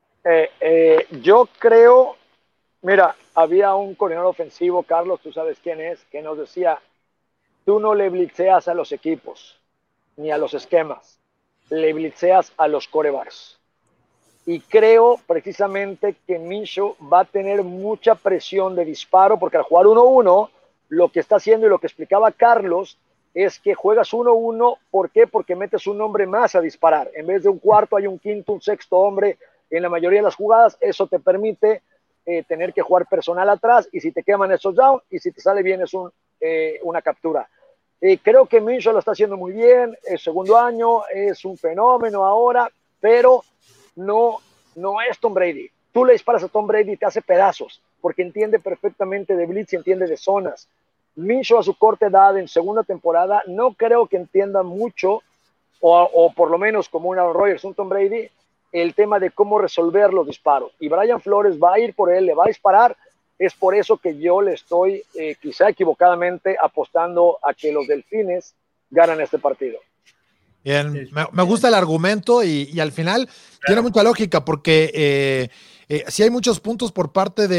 Yo creo, mira, había un coordinador ofensivo, Carlos, tú sabes quién es, que nos decía, tú no le blitzeas a los equipos, ni a los esquemas, le blitzeas a los quarterbacks. Y creo precisamente que Minshew va a tener mucha presión de disparo, porque al jugar 1-1, lo que está haciendo y lo que explicaba Carlos es que juegas 1-1, ¿por qué? Porque metes un hombre más a disparar. En vez de un cuarto, hay un quinto, un sexto hombre en la mayoría de las jugadas. Eso te permite tener que jugar personal atrás, y si te queman esos down, y si te sale bien es una captura. Creo que Minshew lo está haciendo muy bien, es segundo año, es un fenómeno ahora, pero no es Tom Brady. Tú le disparas a Tom Brady y te hace pedazos, porque entiende perfectamente de blitz y entiende de zonas. Minshew a su corta edad, en segunda temporada, no creo que entienda mucho, o por lo menos como un Aaron Rodgers, un Tom Brady, el tema de cómo resolver los disparos. Y Brian Flores va a ir por él, le va a disparar. Es por eso que yo le estoy, quizá equivocadamente, apostando a que los Delfines ganan este partido. Bien, me gusta el argumento, y al final tiene mucha lógica, porque sí hay muchos puntos por parte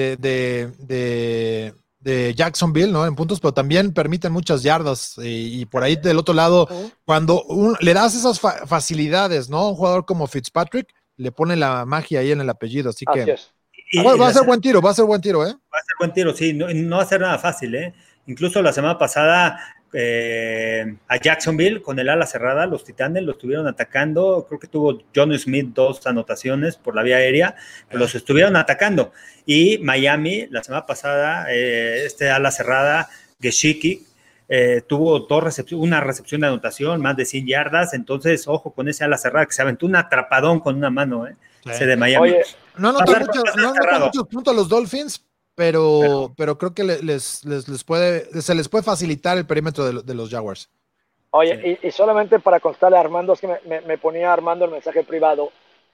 de Jacksonville, ¿no? En puntos, pero también permiten muchas yardas, y por ahí del otro lado, cuando le das esas facilidades, ¿no? Un jugador como Fitzpatrick le pone la magia ahí en el apellido, así que... Va a ser buen tiro, ¿eh? Va a ser buen tiro, sí, no va a ser nada fácil, ¿eh? Incluso la semana pasada a Jacksonville con el ala cerrada, los Titanes lo estuvieron atacando. Creo que tuvo John Smith 2 anotaciones por la vía aérea, pero los estuvieron atacando. Y Miami, la semana pasada, ala cerrada, Gesicki, tuvo una recepción de anotación, más de 100 yardas. Entonces, ojo con ese ala cerrada que se aventó un atrapadón con una mano, ¿eh? Ese de Miami. Oye, no anotó muchos puntos a los Dolphins, pero creo que se les puede facilitar el perímetro de los Jaguars. Oye, sí. y solamente para constarle a Armando, es que me ponía Armando el mensaje privado,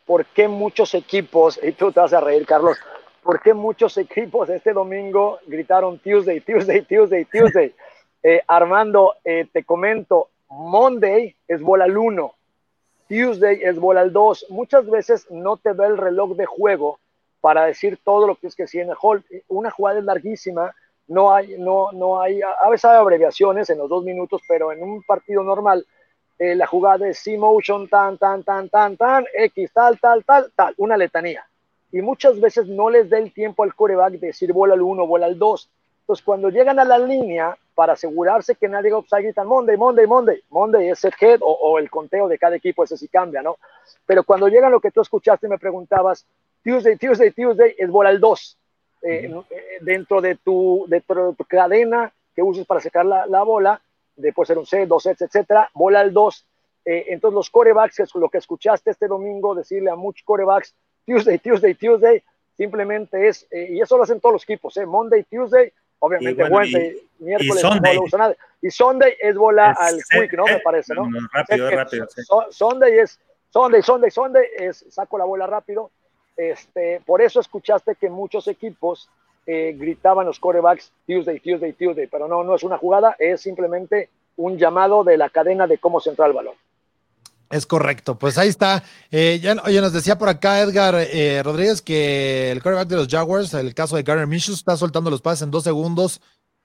por qué muchos equipos, y tú te vas a reír, Carlos, por qué muchos equipos este domingo gritaron Tuesday, Tuesday, Tuesday, Tuesday. Armando, te comento, Monday es bola al 1, Tuesday es bola al 2. Muchas veces no te da el reloj de juego para decir todo lo que tienes que decir en el hall. Una jugada es larguísima, no hay, a veces hay abreviaciones en los 2 minutos, pero en un partido normal, la jugada es C-motion, tan, X, tal, una letanía. Y muchas veces no les da el tiempo al quarterback de decir bola al 1, bola al 2. Entonces, cuando llegan a la línea, para asegurarse que nadie va a gritan Monday, Monday, Monday. Monday es el head o el conteo de cada equipo, ese sí cambia, ¿no? Pero cuando llegan lo que tú escuchaste y me preguntabas, Tuesday, Tuesday, Tuesday, es bola al 2. Dentro de tu cadena que uses para sacar la bola, puede ser un set, 2 sets, etcétera, bola al 2. Entonces, los quarterbacks, es lo que escuchaste este domingo, decirle a muchos quarterbacks, Tuesday, Tuesday, Tuesday, simplemente es, y eso lo hacen todos los equipos, Monday, Tuesday, obviamente Wednesday, miércoles no lo usa nadie. Y Sunday es bola al quick, ¿no? Me parece, ¿no? Rápido. Sí. Sunday es Sunday es saco la bola rápido. Por eso escuchaste que muchos equipos gritaban los quarterbacks Tuesday, Tuesday, Tuesday, pero no es una jugada, es simplemente un llamado de la cadena de cómo se entra el balón. Es correcto, pues ahí está. Oye, nos decía por acá Edgar Rodríguez que el quarterback de los Jaguars, el caso de Gardner Minshew, está soltando los pases en 2 segundos.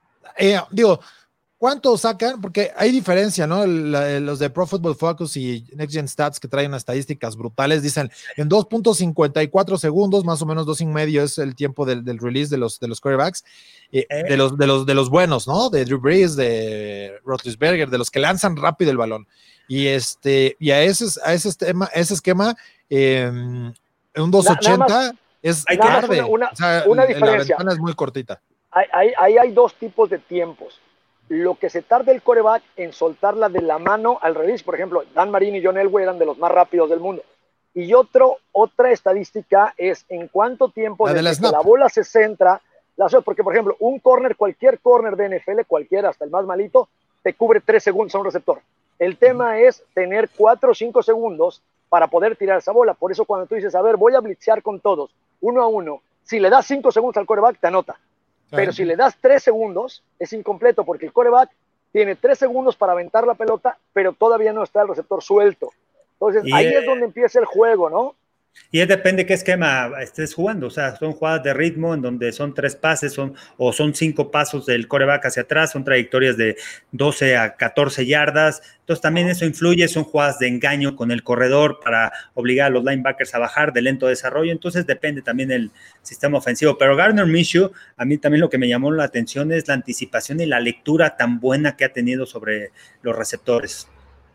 ¿Cuánto sacan? Porque hay diferencia, ¿no? Los de Pro Football Focus y Next Gen Stats, que traen unas estadísticas brutales, dicen en 2.54 segundos, más o menos 2.5 es el tiempo del release de los quarterbacks, de los buenos, ¿no? De Drew Brees, de Roethlisberger, de los que lanzan rápido el balón. Y a ese esquema, un 2.80 es tarde. Una diferencia. La ventana es muy cortita. Ahí hay 2 tipos de tiempos. Lo que se tarda el quarterback en soltarla de la mano al release, por ejemplo, Dan Marino y John Elway eran de los más rápidos del mundo. Y otra estadística es en cuánto tiempo desde que la bola se centra, porque por ejemplo, cualquier corner de NFL, cualquiera, hasta el más malito, te cubre 3 segundos a un receptor. El tema es tener 4 o 5 segundos para poder tirar esa bola. Por eso cuando tú dices, a ver, voy a blitzear con todos, 1 a 1, si le das 5 segundos al quarterback, te anota. Pero si le das 3 segundos, es incompleto, porque el quarterback tiene 3 segundos para aventar la pelota, pero todavía no está el receptor suelto. Entonces, ahí es donde empieza el juego, ¿no? Y depende qué esquema estés jugando, o sea, son jugadas de ritmo en donde son 3 pases, son 5 pasos del quarterback hacia atrás, son trayectorias de 12 a 14 yardas, entonces también eso influye, son jugadas de engaño con el corredor para obligar a los linebackers a bajar de lento desarrollo, entonces depende también del sistema ofensivo, pero Gardner Minshew, a mí también lo que me llamó la atención es la anticipación y la lectura tan buena que ha tenido sobre los receptores.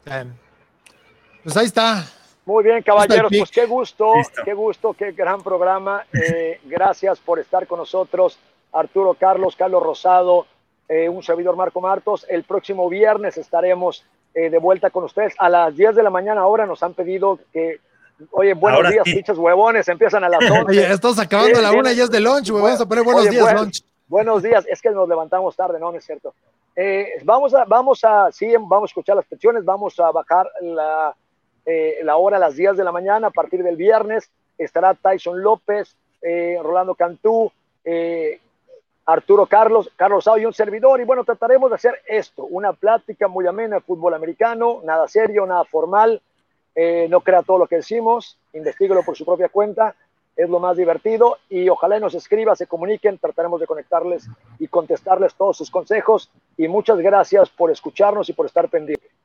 Pues ahí está. Muy bien, caballeros, pues qué gusto, qué gran programa. Gracias por estar con nosotros, Arturo Carlos Rosado, un servidor Marco Martos. El próximo viernes estaremos de vuelta con ustedes a las 10 de la mañana. Ahora nos han pedido que, oye, buenos días, pinches huevones, empian a las 11. Oye, estamos acabando la 1 y es de lunch, güey, vamos a poner buenos días, lunch. Buenos días, es que nos levantamos tarde, no es cierto. Vamos a escuchar las peticiones, vamos a bajar la hora a las 10 de la mañana. A partir del viernes estará Tyson López, Rolando Cantú, Arturo Carlos Rosado y un servidor, y bueno, trataremos de hacer esto, una plática muy amena de fútbol americano, nada serio, nada formal, no crea todo lo que decimos, investíguelo por su propia cuenta, es lo más divertido, y ojalá nos escriba, se comuniquen, trataremos de conectarles y contestarles todos sus consejos, y muchas gracias por escucharnos y por estar pendientes.